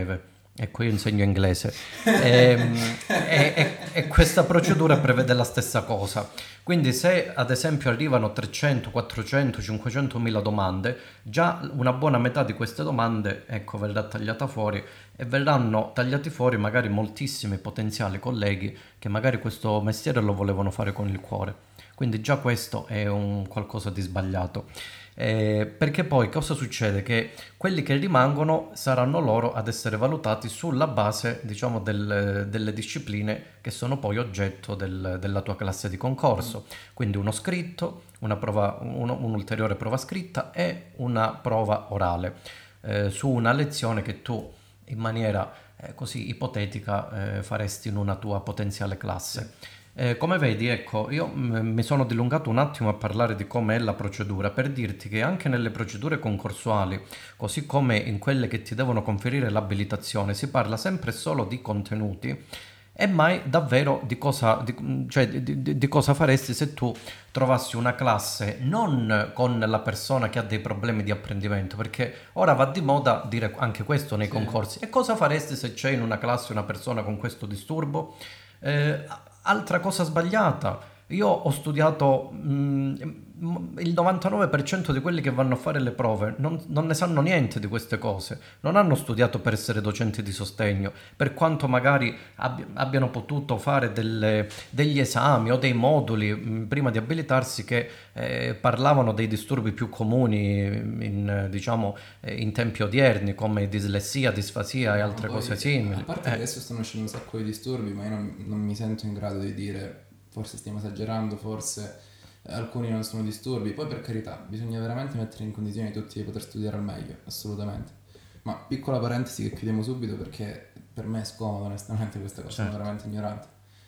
Ecco, io insegno inglese e, e- e- e questa procedura prevede la stessa cosa. Quindi se ad esempio arrivano trecento, quattrocento, cinquecentomila domande, già una buona metà di queste domande, ecco, verrà tagliata fuori e verranno tagliati fuori magari moltissimi potenziali colleghi che magari questo mestiere lo volevano fare con il cuore. Quindi già questo è un qualcosa di sbagliato. Eh, perché poi cosa succede? Che quelli che rimangono saranno loro ad essere valutati sulla base, diciamo, del- delle discipline che sono poi oggetto del- della tua classe di concorso. Quindi uno scritto, una prova, uno- un'ulteriore prova scritta e una prova orale eh, su una lezione che tu in maniera eh, così ipotetica eh, faresti in una tua potenziale classe. Eh, come vedi, ecco, io mm, mi sono dilungato un attimo a parlare di com'è la procedura per dirti che anche nelle procedure concorsuali, così come in quelle che ti devono conferire l'abilitazione, si parla sempre e solo di contenuti e mai davvero di cosa, di, mm, cioè, di- di- di cosa faresti se tu trovassi una classe non con la persona che ha dei problemi di apprendimento, perché ora va di moda dire anche questo nei Sì. concorsi. E cosa faresti se c'è in una classe una persona con questo disturbo? Eh, altra cosa sbagliata, io ho studiato mm, m- il novantanove per cento di quelli che vanno a fare le prove non, non ne sanno niente di queste cose, non hanno studiato per essere docenti di sostegno, per quanto magari abbi- abbiano potuto fare delle- degli esami o dei moduli mm, prima di abilitarsi che eh, parlavano dei disturbi più comuni in, eh, diciamo, eh, in tempi odierni come dislessia, disfasia e Ma altre cose poi, a simili. parte che Eh, adesso stanno uscendo un sacco di disturbi, ma io non, non mi sento in grado di dire, forse stiamo esagerando, forse eh, alcuni non sono disturbi. Poi per carità, bisogna veramente mettere in condizione tutti di poter studiare al meglio, assolutamente. Ma piccola parentesi che chiudiamo subito perché per me è scomodo onestamente questa cosa, sono certo. veramente ignorante.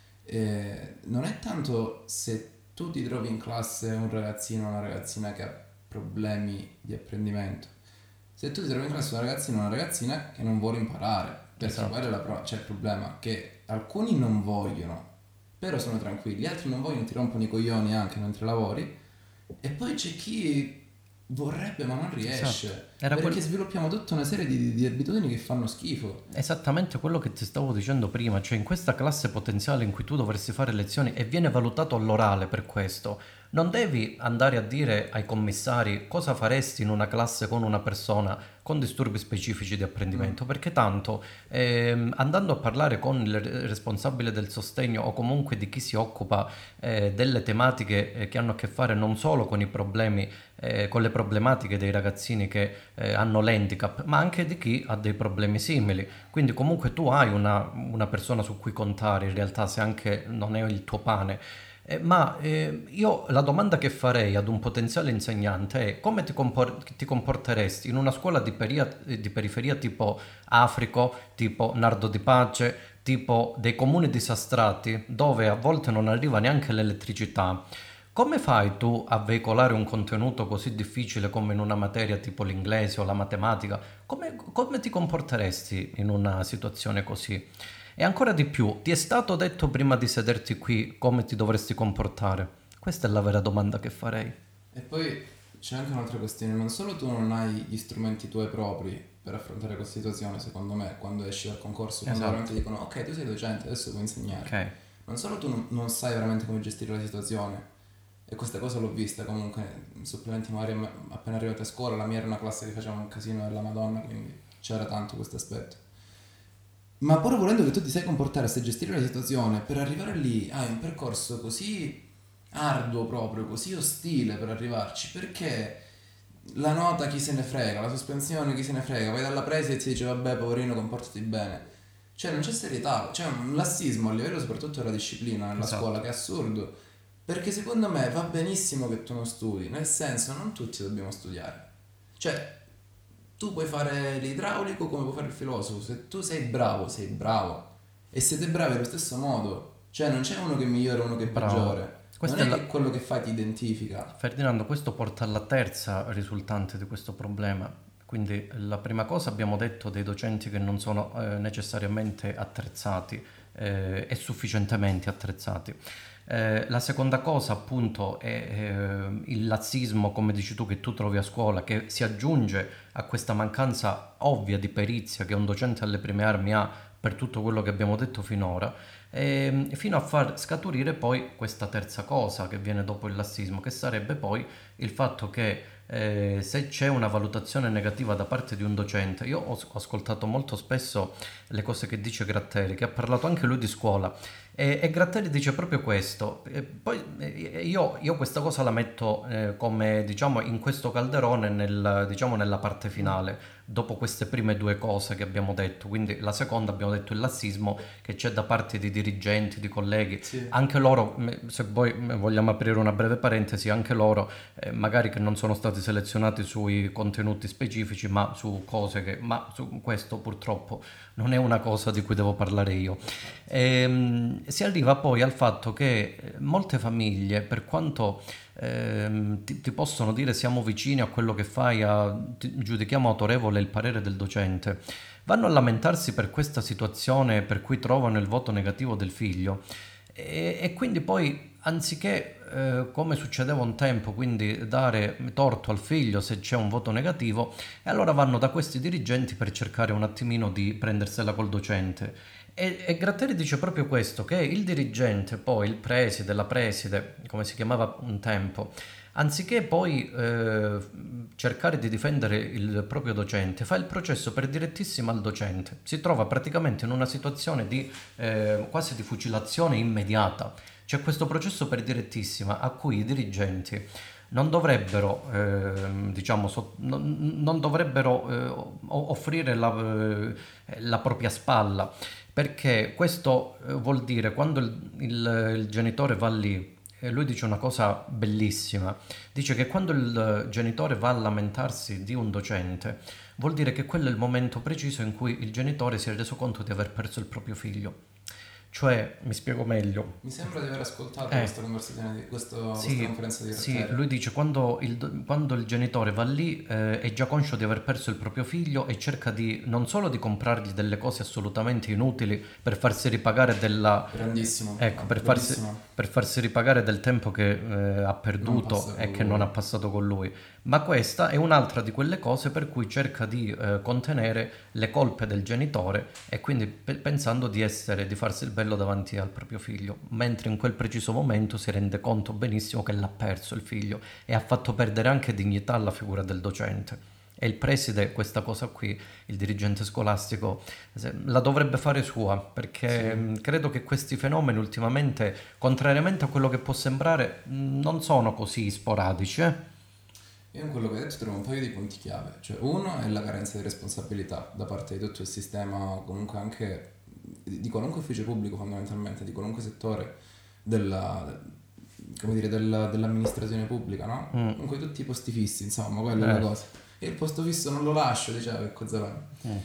Eh, non è tanto se tu ti trovi in classe un ragazzino o una ragazzina che ha problemi di apprendimento. Se tu ti trovi in classe un ragazzino o una ragazzina che non vuole imparare, perché Esatto. poi è la pro- c'è il problema che alcuni non vogliono, però sono tranquilli, gli altri non vogliono, ti rompono i coglioni anche mentre lavori, e poi c'è chi vorrebbe ma non Esatto. riesce, Era perché quel- sviluppiamo tutta una serie di, di abitudini che fanno schifo. esattamente quello che ti stavo dicendo prima, cioè in questa classe potenziale in cui tu dovresti fare lezioni e viene valutato all'orale per questo, non devi andare a dire ai commissari cosa faresti in una classe con una persona con disturbi specifici di Mm. apprendimento, perché tanto ehm, andando a parlare con il re- responsabile del sostegno o comunque di chi si occupa eh, delle tematiche eh, che hanno a che fare non solo con i problemi, eh, con le problematiche dei ragazzini che eh, hanno l'handicap, ma anche di chi ha dei problemi simili. Quindi comunque tu hai una, una persona su cui contare, in realtà se anche non è il tuo pane. Eh, ma eh, io la domanda che farei ad un potenziale insegnante è come ti, compor- ti comporteresti in una scuola di, peria- di periferia tipo Africo, tipo Nardo di Pace, tipo dei comuni disastrati dove a volte non arriva neanche l'elettricità. Come fai tu a veicolare un contenuto così difficile come in una materia tipo l'inglese o la matematica? Come, come ti comporteresti in una situazione così? E ancora di più, ti è stato detto prima di sederti qui come ti dovresti comportare? Questa è la vera domanda che farei. E poi c'è anche un'altra questione, non solo tu non hai gli strumenti tuoi propri per affrontare questa situazione, secondo me, quando esci dal concorso, quando Esatto. veramente dicono ok, tu sei docente, adesso puoi insegnare. Ok, Non solo tu non, non sai veramente come gestire la situazione, e questa cosa l'ho vista comunque, supplementi magari am- appena arrivati a scuola, la mia era una classe che faceva un casino della Madonna, quindi c'era tanto questo aspetto. Ma pur volendo che tu ti sai comportare, sai gestire la situazione, per arrivare lì hai un percorso così arduo proprio, così ostile per arrivarci, perché la nota chi se ne frega, la sospensione chi se ne frega, vai dalla presa e ti dice vabbè poverino comportati bene. Cioè non c'è serietà, c'è un lassismo a livello soprattutto della disciplina nella scuola esatto. che è assurdo, perché secondo me va benissimo che tu non studi, nel senso non tutti dobbiamo studiare. Cioè tu puoi fare l'idraulico come puoi fare il filosofo, se tu sei bravo, sei bravo. E siete bravi allo stesso modo. Cioè non c'è uno che è migliore e uno che è Bravo. peggiore. Non Questa è è la... che quello che fai ti identifica. Ferdinando, questo porta alla terza risultante di questo problema. Quindi la prima cosa abbiamo detto dei docenti che non sono eh, necessariamente attrezzati eh, e sufficientemente attrezzati. Eh, la seconda cosa appunto è eh, il lazzismo, come dici tu, che tu trovi a scuola, che si aggiunge a questa mancanza ovvia di perizia che un docente alle prime armi ha per tutto quello che abbiamo detto finora, ehm, fino a far scaturire poi questa terza cosa che viene dopo il lassismo, che sarebbe poi il fatto che eh, se c'è una valutazione negativa da parte di un docente, io ho, ho ascoltato molto spesso le cose che dice Gratteri, che ha parlato anche lui di scuola, e, e Gratteri dice proprio questo. E poi eh, io, io questa cosa la metto eh, come diciamo in questo calderone nel, diciamo, nella parte finale, dopo queste prime due cose che abbiamo detto. Quindi la seconda abbiamo detto il lassismo che c'è da parte di dirigenti, di colleghi, Sì. anche loro, m- se poi m- vogliamo aprire una breve parentesi, anche loro eh, magari che non sono stati selezionati sui contenuti specifici, ma su cose che, ma su questo purtroppo non è una cosa di cui devo parlare io. Ehm, si arriva poi al fatto che eh, molte famiglie, per quanto ehm, ti, ti possono dire siamo vicini a quello che fai, a- ti- giudichiamo autorevole il parere del docente, vanno a lamentarsi per questa situazione per cui trovano il voto negativo del figlio e, e quindi poi anziché eh, come succedeva un tempo, quindi dare torto al figlio se c'è un voto negativo, e allora vanno da questi dirigenti per cercare un attimino di prendersela col docente. E, e Gratteri dice proprio questo, che il dirigente, poi il preside, la preside, come si chiamava un tempo, anziché poi eh, cercare di difendere il proprio docente, fa il processo per direttissima al docente. Si trova praticamente in una situazione di eh, quasi di fucilazione immediata. C'è questo processo per direttissima a cui i dirigenti non dovrebbero, ehm, diciamo, so- non, non dovrebbero eh, o- offrire la, eh, la propria spalla, perché questo eh, vuol dire quando il, il- il genitore va lì, e lui dice una cosa bellissima, dice che quando il genitore va a lamentarsi di un docente, vuol dire che quello è il momento preciso in cui il genitore si è reso conto di aver perso il proprio figlio. Cioè, mi spiego meglio. Mi sembra di aver ascoltato Eh, questa conversazione, di questo- questa sì, conferenza di sì, Gratteri. lui dice quando il, quando il genitore va lì eh, è già conscio di aver perso il proprio figlio e cerca di non solo di comprargli delle cose assolutamente inutili per farsi ripagare della, Grandissimo, ecco, per farsi, bellissimo. per farsi ripagare del tempo che eh, ha Non perduto passa e con che non lui. ha passato con lui, ma questa è un'altra di quelle cose per cui cerca di eh, contenere le colpe del genitore e quindi pe- pensando di essere, di farsi il bello davanti al proprio figlio, mentre in quel preciso momento si rende conto benissimo che l'ha perso il figlio e ha fatto perdere anche dignità alla figura del docente. E il preside questa cosa qui, il dirigente scolastico, se- la dovrebbe fare sua, perché Sì. mh, credo che questi fenomeni ultimamente, contrariamente a quello che può sembrare, mh, non sono così sporadici. eh. Io in quello che hai detto trovo un paio di punti chiave, cioè uno è la carenza di responsabilità da parte di tutto il sistema, comunque anche di di qualunque ufficio pubblico fondamentalmente, di qualunque settore della, come dire, della- dell'amministrazione pubblica, no? Mm, Comunque tutti i posti fissi, insomma, quella è la eh, cosa. E il posto fisso non lo lascio, diceva che Cozzolano. mm,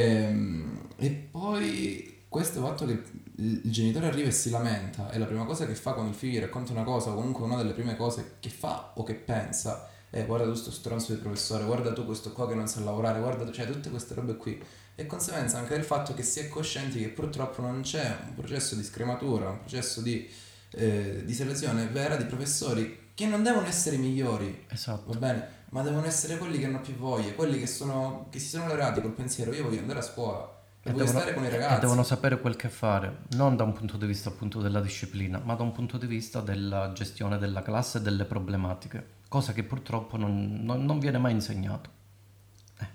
Ehm, E, poi questo fatto che il il genitore arriva e si lamenta è la prima cosa che fa quando il figlio gli racconta una cosa, o comunque una delle prime cose che fa o che pensa eh, guarda tu sto stronzo di professore, guarda tu questo qua che non sa lavorare, guarda tu, cioè tutte queste robe qui. E conseguenza anche del fatto che si è coscienti che purtroppo non c'è un processo di scrematura, un processo di, eh, di selezione vera di professori che non devono essere i migliori, va esatto. bene? Ma devono essere quelli che hanno più voglia, quelli che, sono, che si sono laureati col pensiero, io voglio andare a scuola e E voglio devono, stare con i e devono ragazzi. sapere quel che fare, non da un punto di vista appunto della disciplina, ma da un punto di vista della gestione della classe e delle problematiche, cosa che purtroppo non, non- non viene mai insegnato. Eh,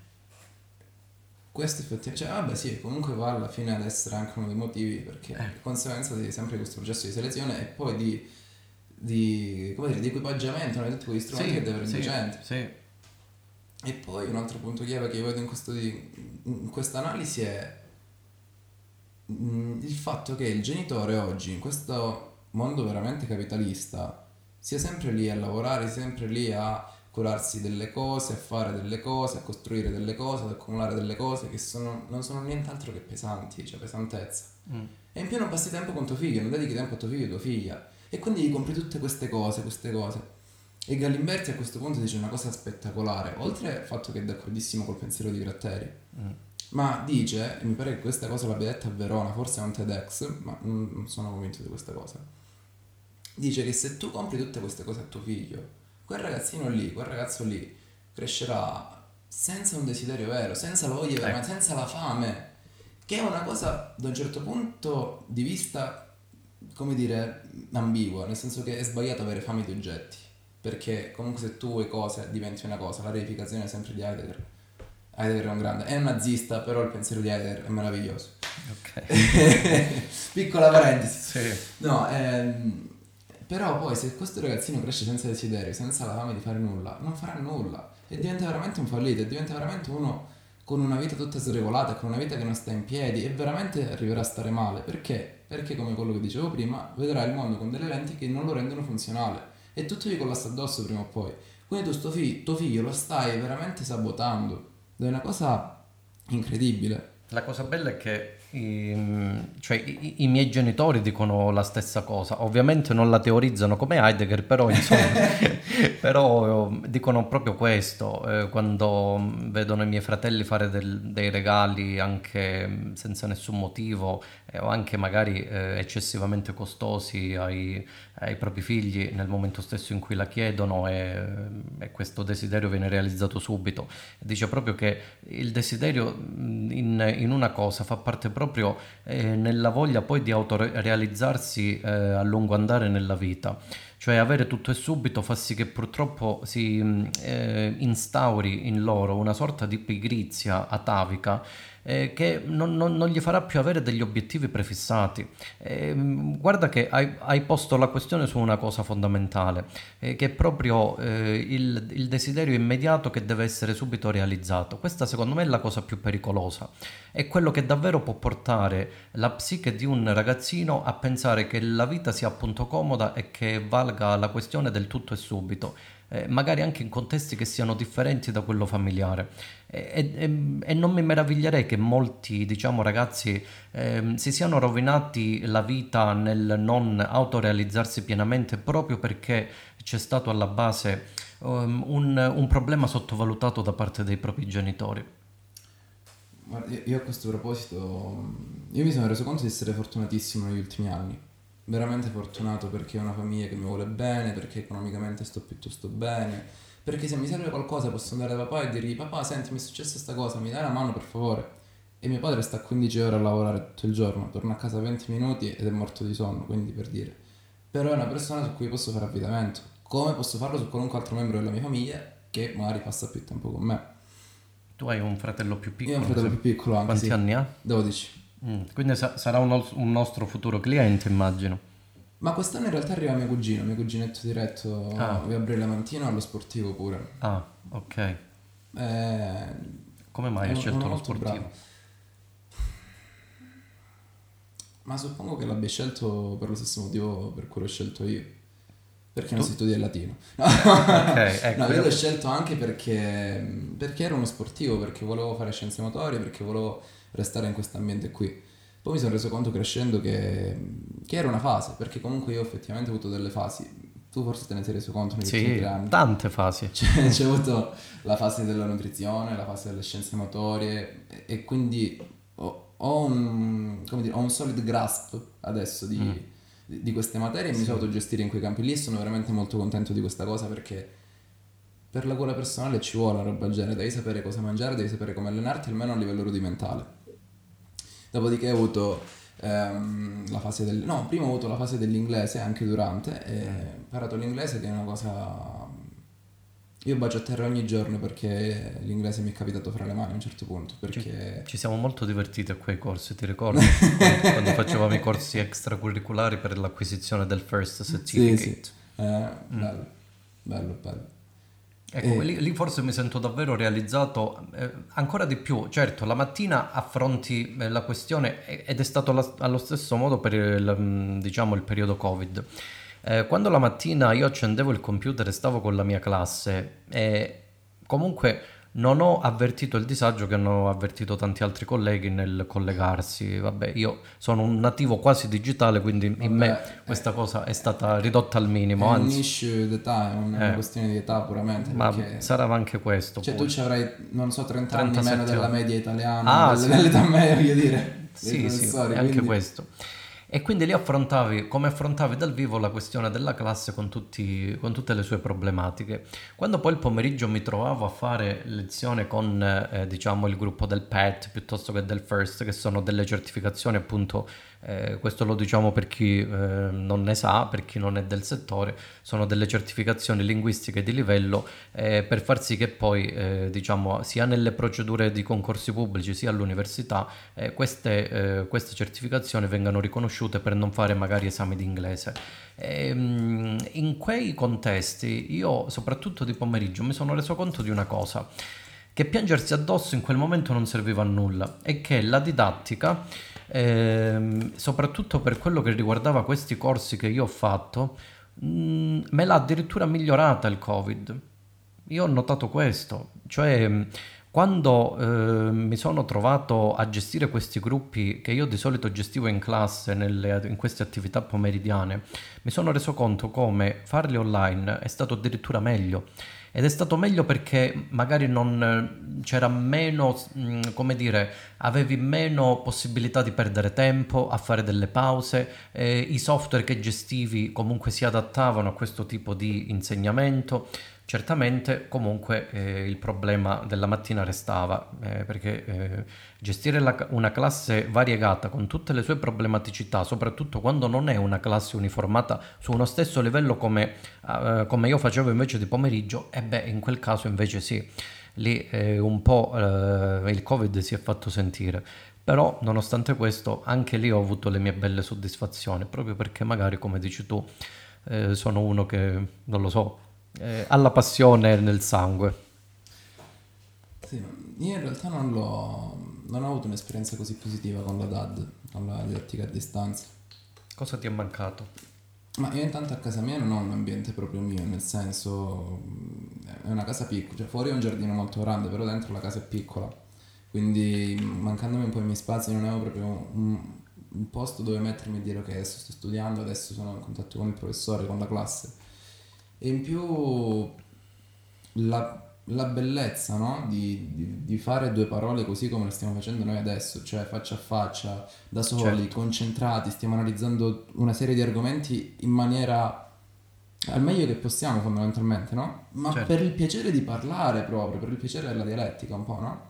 Questo effettivamente, cioè vabbè sì, comunque va alla fine ad essere anche uno dei motivi perché eh, è conseguenza di sempre questo processo di selezione e poi di, di, come dire, di equipaggiamento, no, di tutti quegli strumenti che sì, deve avere il sì, docente. sì, E poi un altro punto chiave che io vedo in, questo di, in questa analisi è mm, il fatto che il genitore oggi, in questo mondo veramente capitalista, sia sempre lì a lavorare, sia sempre lì a curarsi delle cose, a fare delle cose, a costruire delle cose, ad accumulare delle cose che sono, non sono nient'altro che pesanti, cioè pesantezza. mm, E in più non passi tempo con tuo figlio, non dedichi tempo a tuo figlio e tua figlia. E quindi gli compri tutte queste cose, queste cose. E Galimberti a questo punto dice una cosa spettacolare, oltre al fatto che è d'accordissimo col pensiero di Gratteri, mm, Ma dice, e mi pare che questa cosa l'abbia detta a Verona, forse a un TEDx, ma non non sono convinto di questa cosa. Dice che se tu compri tutte queste cose a tuo figlio, quel ragazzino lì, quel ragazzo lì, crescerà senza un desiderio vero, senza la voglia vera, ma Ecco, senza la fame, che è una cosa da un certo punto di vista, come dire, ambigua, nel senso che è sbagliato avere fame di oggetti, perché comunque se tu vuoi cose diventi una cosa, la reificazione è sempre di Heidegger. Heidegger è un grande, è un nazista, però il pensiero di Heidegger è meraviglioso. ok. Piccola parentesi. Sì. No, ehm, però poi se questo ragazzino cresce senza desiderio, senza la fame di fare nulla, non farà nulla e diventa veramente un fallito, e diventa veramente uno con una vita tutta sregolata, con una vita che non sta in piedi e veramente arriverà a stare male. Perché? Perché come quello che dicevo prima, vedrà il mondo con delle lenti che non lo rendono funzionale e tutto gli collassa addosso prima o poi. Quindi tu sto fi- tuo figlio lo stai veramente sabotando ed è una cosa incredibile. La cosa bella è che i, cioè, i, i miei genitori dicono la stessa cosa, ovviamente non la teorizzano come Heidegger, però insomma, però eh, dicono proprio questo, eh, quando vedono i miei fratelli fare del- dei regali anche mm, senza nessun motivo eh, o anche magari eh, eccessivamente costosi ai, ai propri figli nel momento stesso in cui la chiedono e, e questo desiderio viene realizzato subito. Dice proprio che il desiderio mh, in, in una cosa fa parte proprio eh, nella voglia poi di autorealizzarsi eh, a lungo andare nella vita. Cioè avere tutto e subito fa sì che purtroppo si mh, eh, instauri in loro una sorta di pigrizia atavica eh, che non, non- non gli farà più avere degli obiettivi prefissati. Ehm, guarda che hai, hai posto la questione su una cosa fondamentale, eh, che è proprio eh, il, il desiderio immediato che deve essere subito realizzato. Questa secondo me è la cosa più pericolosa, è quello che davvero può portare la psiche di un ragazzino a pensare che la vita sia appunto comoda e che valga la questione del tutto e subito. eh, magari anche in contesti che siano differenti da quello familiare. E, e- e non mi meraviglierei che molti, diciamo, ragazzi ehm, si siano rovinati la vita nel non autorealizzarsi pienamente proprio perché c'è stato alla base um, un, un problema sottovalutato da parte dei propri genitori. Guarda, io io a questo proposito, mh, io mi sono reso conto di essere fortunatissimo negli ultimi anni, veramente fortunato perché ho una famiglia che mi vuole bene, perché economicamente sto piuttosto bene, perché se mi serve qualcosa posso andare da papà e dirgli papà senti mi è successa questa cosa, mi dai una mano per favore? E mio padre sta quindici ore a lavorare tutto il giorno, torna a casa venti minuti ed è morto di sonno, quindi per dire. Però è una persona su cui posso fare affidamento, come posso farlo su qualunque altro membro della mia famiglia che magari passa più tempo con me. Tu hai un fratello più Io ho un piccolo, fratello se- più piccolo anche, quanti sì, anni ha? dodici. Mm, quindi sa- sarà un, nos- un nostro futuro cliente, immagino. Ma quest'anno in realtà arriva mio cugino, mio cuginetto diretto, Ah, Gabriele Mantino, allo sportivo pure. ah, ok. È, Come mai è hai un- uno scelto lo molto sportivo? bravo. Ma suppongo che l'abbia scelto per lo stesso motivo per cui l'ho scelto io. Perché non Tu? si studia il latino. Ok, No, ecco, io l'ho io- scelto anche perché, perché ero uno sportivo, perché volevo fare scienze motorie, perché volevo restare in questo ambiente qui. Poi mi sono reso conto crescendo che, che era una fase, perché comunque io effettivamente ho avuto delle fasi. Tu forse te ne sei reso conto negli ultimi tre sì, anni. tante fasi. C'è, c'è avuto la fase della nutrizione, la fase delle scienze motorie e, e quindi ho, ho un, come dire, ho un solid grasp adesso Mm, di, di- di queste materie e mi so sì. autogestire in quei campi lì e sono veramente molto contento di questa cosa perché per la cura personale ci vuole una roba del genere, devi sapere cosa mangiare, devi sapere come allenarti almeno a livello rudimentale. Dopodiché ho avuto ehm, la fase del... No, prima ho avuto la fase dell'inglese anche durante e ho imparato l'inglese che è una cosa... Io bacio a terra ogni giorno perché l'inglese mi è capitato fra le mani a un certo punto, Ci, perché... ci siamo molto divertiti a quei corsi, ti ricordi? Quando, quando facevamo i corsi extracurriculari per l'acquisizione del first Sì, sì, certificate. eh, Mm. bello, bello, bello. Ecco, E... lì, lì forse mi sento davvero realizzato eh, ancora di più. Certo, la mattina affronti eh, la questione e- ed è stato la- allo stesso modo per il, mm, diciamo, il periodo Covid. Eh, quando la mattina io accendevo il computer e stavo con la mia classe, e comunque non ho avvertito il disagio che hanno avvertito tanti altri colleghi nel collegarsi. Vabbè, io sono un nativo quasi digitale, quindi in me Vabbè, questa è, cosa è stata ridotta al è minimo, un anzi, issue d'età, è un- una eh, questione di età puramente, ma perché sarà anche questo cioè tu pure. ci avrai, non so, trenta anni meno trentasette della anni. media italiana, Ah, delle- sì. dell'età media, voglio dire, dei Sì, sì, professori, è anche quindi questo. E quindi lì affrontavi, come affrontavi dal vivo la questione della classe con tutti, con tutte le sue problematiche. Quando poi il pomeriggio mi trovavo a fare lezione con, eh, diciamo, il gruppo del P E T piuttosto che del FIRST, che sono delle certificazioni appunto, eh, questo lo diciamo per chi eh, non ne sa, per chi non è del settore, sono delle certificazioni linguistiche di livello eh, per far sì che poi, eh, diciamo, sia nelle procedure di concorsi pubblici sia all'università eh, queste, eh, queste certificazioni vengano riconosciute per non fare magari esami di inglese. Ehm, in quei contesti io, soprattutto di pomeriggio, mi sono reso conto di una cosa, che piangersi addosso in quel momento non serviva a nulla e che la didattica, ehm, soprattutto per quello che riguardava questi corsi che io ho fatto, mh, me l'ha addirittura migliorata il Covid. Io ho notato questo, cioè mh, quando eh, mi sono trovato a gestire questi gruppi che io di solito gestivo in classe, nelle- in queste attività pomeridiane, mi sono reso conto come farli online è stato addirittura meglio. Ed è stato meglio perché magari non c'era meno, mh, come dire, avevi meno possibilità di perdere tempo a fare delle pause, eh, i software che gestivi comunque si adattavano a questo tipo di insegnamento. Certamente comunque eh, il problema della mattina restava, eh, perché eh, gestire la- una classe variegata con tutte le sue problematicità, soprattutto quando non è una classe uniformata su uno stesso livello come, eh, come io facevo invece di pomeriggio, e beh, in quel caso invece sì, lì eh, un po' eh, il Covid si è fatto sentire. Però, nonostante questo, anche lì ho avuto le mie belle soddisfazioni, proprio perché magari, come dici tu, eh, sono uno che, non lo so, eh, ha la passione nel sangue. sì, io in realtà non l'ho, non ho avuto un'esperienza così positiva con la D A D, con la didattica a distanza. Cosa ti è mancato? Ma io intanto a casa mia non ho un ambiente proprio mio, nel senso mh, è una casa piccola, cioè fuori è un giardino molto grande, però dentro la casa è piccola, quindi mh, mancandomi un po' i miei spazi non avevo proprio un, un posto dove mettermi e dire ok adesso sto studiando, adesso sono in contatto con il professore, con la classe. E in più la, la bellezza, no? Di, di- di fare due parole così come lo stiamo facendo noi adesso, cioè faccia a faccia, da soli, Certo, concentrati, stiamo analizzando una serie di argomenti in maniera al meglio che possiamo fondamentalmente, no? Ma per certo. il piacere di parlare proprio, per il piacere della dialettica un po', no?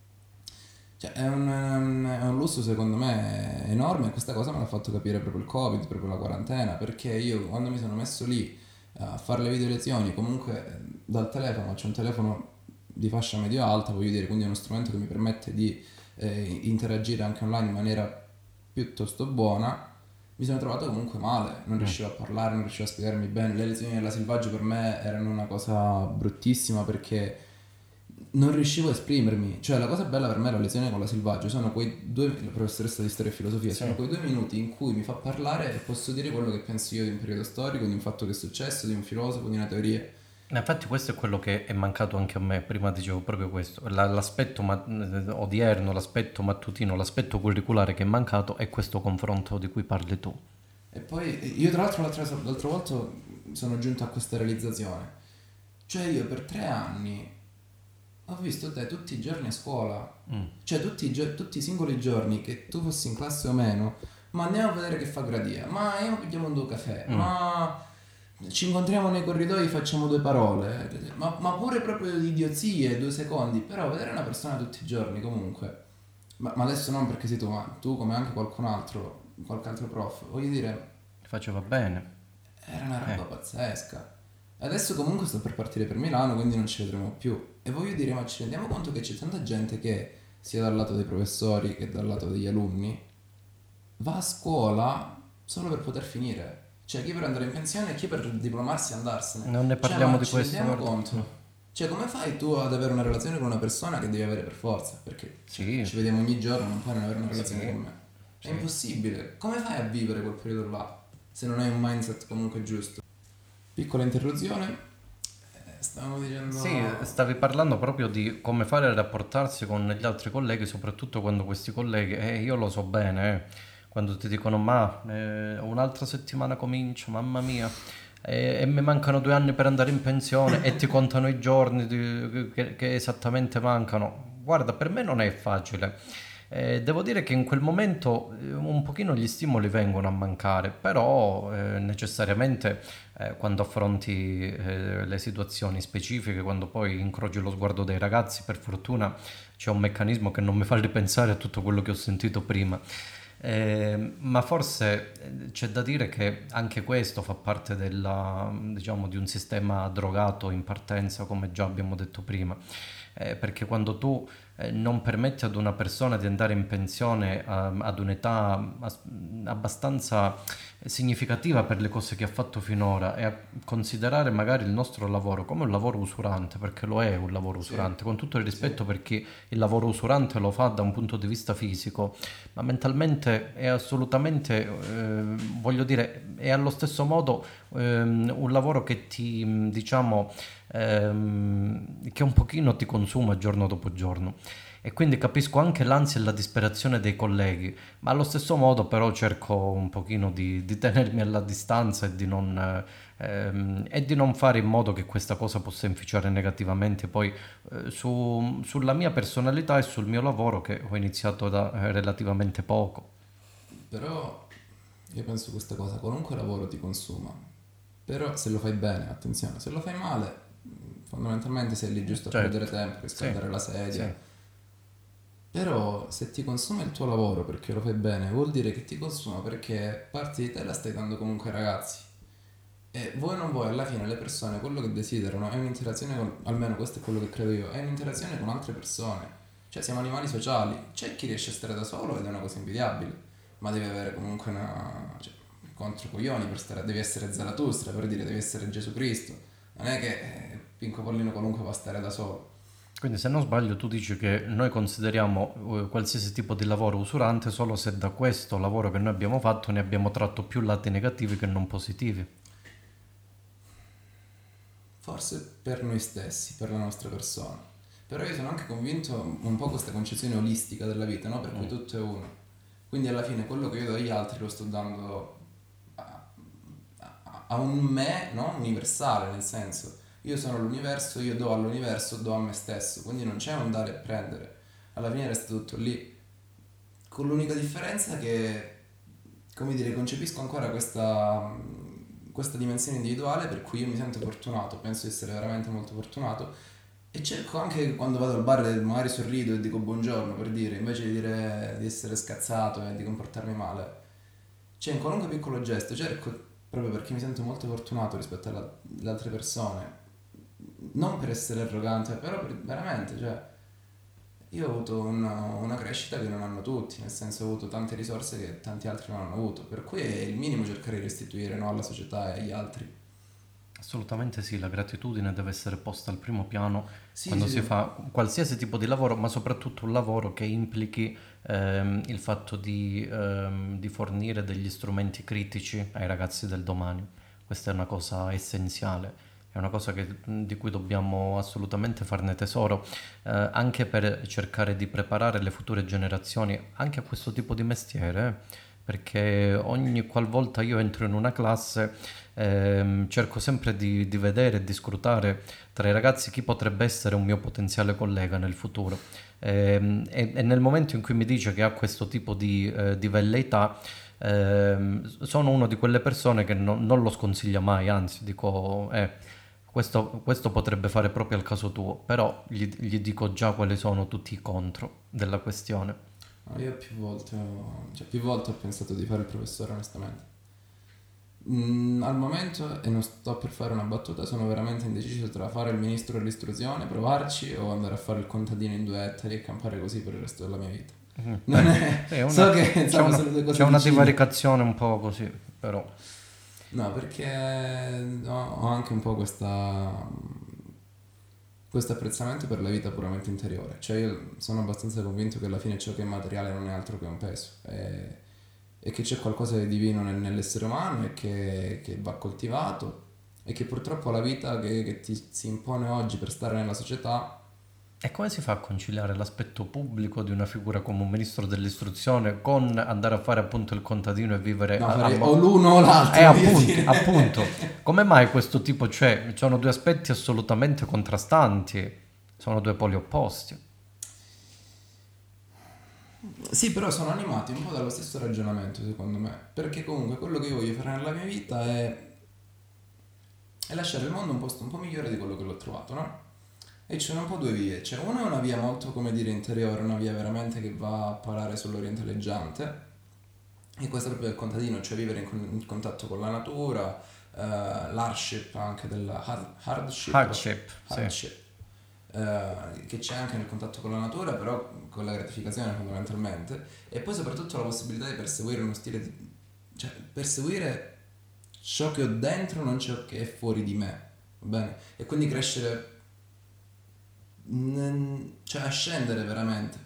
Cioè è un, è un lusso secondo me enorme e questa cosa me l'ha fatto capire proprio il Covid, proprio la quarantena, perché io quando mi sono messo lì a fare le video lezioni, comunque eh, dal telefono, c'è un telefono di fascia medio-alta, voglio dire, quindi è uno strumento che mi permette di eh, interagire anche online in maniera piuttosto buona, mi sono trovato comunque male, non Mm. riuscivo a parlare, non riuscivo a spiegarmi bene, le lezioni della Silvaggio per me erano una cosa bruttissima perché non riuscivo a esprimermi, cioè la cosa bella per me la lezione con la Silvaggio sono quei due, la professoressa di storia e filosofia, Sì. sono quei due minuti in cui mi fa parlare e posso dire quello che penso io di un periodo storico, di un fatto che è successo, di un filosofo, di una teoria. Infatti questo è quello che è mancato anche a me, prima dicevo proprio questo, La- l'aspetto ma- eh, odierno, l'aspetto mattutino, l'aspetto curriculare che è mancato è questo confronto di cui parli tu. E poi io tra l'altro l'altra, l'altro volta sono giunto a questa realizzazione, cioè io per tre anni ho visto te tutti i giorni a scuola, Mm. cioè tutti i, gio- tutti i singoli giorni che tu fossi in classe o meno, ma andiamo a vedere che fa gradia, ma andiamo pigliamo un due caffè, Mm. ma ci incontriamo nei corridoi, facciamo due parole, ma, ma pure proprio di idiozie, due secondi, però vedere una persona tutti i giorni comunque, ma, ma adesso non perché sei tu, ma tu come anche qualcun altro, qualche altro prof, voglio dire, Faceva bene. era una Eh, roba pazzesca. Adesso comunque sto per partire per Milano, quindi non ci vedremo più. E voglio dire, ma ci rendiamo conto che c'è tanta gente che, sia dal lato dei professori che dal lato degli alunni, va a scuola solo per poter finire. Cioè, chi per andare in pensione e chi per diplomarsi e andarsene. non ne Cioè, parliamo ma di ci questo, rendiamo guarda. Mm. conto? Cioè, come fai tu ad avere una relazione con una persona che devi avere per forza? Perché cioè, Sì, ci vediamo ogni giorno, non puoi non avere una relazione sì, con me. È sì. impossibile. Come fai a vivere quel periodo là? Se non hai un mindset comunque giusto. Piccola interruzione. stavamo dicendo... Sì, stavi parlando proprio di come fare a rapportarsi con gli altri colleghi, soprattutto quando questi colleghi, eh, io lo so bene, eh, quando ti dicono ma eh, un'altra settimana comincia, mamma mia, e, e mi mancano due anni per andare in pensione e ti contano i giorni di- che, che esattamente mancano. Guarda, per me non è facile. Eh, devo dire che in quel momento eh, un pochino gli stimoli vengono a mancare, però eh, necessariamente eh, quando affronti eh, le situazioni specifiche, quando poi incroci lo sguardo dei ragazzi, per fortuna c'è un meccanismo che non mi fa ripensare a tutto quello che ho sentito prima. Eh, ma forse eh, c'è da dire che anche questo fa parte della, diciamo, di un sistema drogato in partenza, come già abbiamo detto prima. Eh, perché quando tu eh, non permetti ad una persona di andare in pensione ehm, ad un'età as- abbastanza significativa per le cose che ha fatto finora e a considerare magari il nostro lavoro come un lavoro usurante, perché lo è un lavoro Sì, usurante, con tutto il sì. rispetto per chi il lavoro usurante lo fa da un punto di vista fisico, ma mentalmente è assolutamente, eh, voglio dire, è allo stesso modo ehm, un lavoro che ti, diciamo, ehm, che un pochino ti consuma giorno dopo giorno. E quindi capisco anche l'ansia e la disperazione dei colleghi, ma allo stesso modo però cerco un pochino di, di tenermi alla distanza e di non, eh, ehm, e di non fare in modo che questa cosa possa inficiare negativamente poi eh, su- sulla mia personalità e sul mio lavoro che ho iniziato da eh, relativamente poco. Però io penso questa cosa, qualunque lavoro ti consuma, però se lo fai bene, attenzione, se lo fai male, mh, fondamentalmente sei lì giusto a perdere Certo, tempo, sì, riscaldare la sì, sedia. Però se ti consuma il tuo lavoro perché lo fai bene, vuol dire che ti consuma perché parte di te la stai dando comunque ai ragazzi. E vuoi o non vuoi, alla fine le persone quello che desiderano è un'interazione con, almeno questo è quello che credo io, è un'interazione con altre persone. Cioè siamo animali sociali. C'è chi riesce a stare da solo ed è una cosa invidiabile, ma deve avere comunque una... cioè, contro coglioni per stare, devi essere Zarathustra, per dire, devi essere Gesù Cristo. Non è che eh, Pinco Pollino qualunque va a stare da solo. quindi se non sbaglio tu dici che noi consideriamo eh, qualsiasi tipo di lavoro usurante solo se da questo lavoro che noi abbiamo fatto ne abbiamo tratto più lati negativi che non positivi. Forse per noi stessi, per la nostra persona. Però io sono anche convinto un po' questa concezione olistica della vita, no? Per cui Mm. tutto è uno. Quindi alla fine quello che io do agli altri lo sto dando a, a- a un me, no? Universale, nel senso, io sono l'universo, io do all'universo, do a me stesso, quindi non c'è un dare e prendere. Alla fine resta tutto lì. Con l'unica differenza che, come dire, concepisco ancora questa, questa dimensione individuale per cui io mi sento fortunato, penso di essere veramente molto fortunato e cerco anche quando vado al bar e magari sorrido e dico buongiorno per dire, invece di dire di essere scazzato e di comportarmi male, cioè in qualunque piccolo gesto cerco, proprio perché mi sento molto fortunato rispetto alla- alle altre persone, non per essere arrogante, però per, veramente, cioè io ho avuto una, una crescita che non hanno tutti, nel senso ho avuto tante risorse che tanti altri non hanno avuto, per cui è il minimo cercare di restituire, no, alla società e agli altri. Assolutamente sì, la gratitudine deve essere posta al primo piano Sì, quando sì, si sì. fa qualsiasi tipo di lavoro, ma soprattutto un lavoro che implichi ehm, il fatto di, ehm, di fornire degli strumenti critici ai ragazzi del domani. Questa è una cosa essenziale, è una cosa che- di cui dobbiamo assolutamente farne tesoro, eh, anche per cercare di preparare le future generazioni anche a questo tipo di mestiere, eh, perché ogni qualvolta io entro in una classe ehm, cerco sempre di, di vedere e di scrutare tra i ragazzi chi potrebbe essere un mio potenziale collega nel futuro. Ehm, e, e nel momento in cui mi dice che ha questo tipo di, eh, di velleità, ehm, sono una di quelle persone che no- non lo sconsiglia mai, anzi dico, eh, questo, questo potrebbe fare proprio al caso tuo, però gli, gli dico già quali sono tutti i contro della questione. No, io più volte, ho, cioè, più volte ho pensato di fare il professore onestamente. Mm, al momento, e non sto per fare una battuta, sono veramente indeciso tra fare il ministro dell'istruzione, provarci, o andare a fare il contadino in due ettari e campare così per il resto della mia vita. Mm, Non eh, è... è una, So che c'è insomma una, sono due c'è cose una vicine. divaricazione un po' così, però. No, perché ho, ho anche un po' questa, questo apprezzamento per la vita puramente interiore. Cioè io sono abbastanza convinto che alla fine ciò che è materiale non è altro che un peso. E, e che c'è qualcosa di divino nel- nell'essere umano e che, che va coltivato e che purtroppo la vita che, che ti si impone oggi per stare nella società. E come si fa a conciliare l'aspetto pubblico di una figura come un ministro dell'istruzione con andare a fare appunto il contadino e vivere No, a, a farei mo- o l'uno o l'altro. Eh, voglio appunto, dire. appunto. Come mai questo tipo, cioè, sono due aspetti assolutamente contrastanti, sono due poli opposti. Sì, però sono animati un po' dallo stesso ragionamento, secondo me. Perché comunque quello che io voglio fare nella mia vita è, è lasciare il mondo un posto un po' migliore di quello che l'ho trovato, no? E ci sono un po' due vie. Cioè, una è una via molto, come dire, interiore, una via veramente che va a parare sull'orientaleggiante. E questo è proprio il contadino, cioè vivere in, con- in contatto con la natura, eh, l'hardship anche della hard- hardship, Hardship, sì. hardship, eh, che c'è anche nel contatto con la natura, però con la gratificazione fondamentalmente, e poi soprattutto la possibilità di perseguire uno stile di, cioè perseguire ciò che ho dentro, non ciò che è fuori di me, va bene? E quindi crescere, mm, cioè ascendere veramente.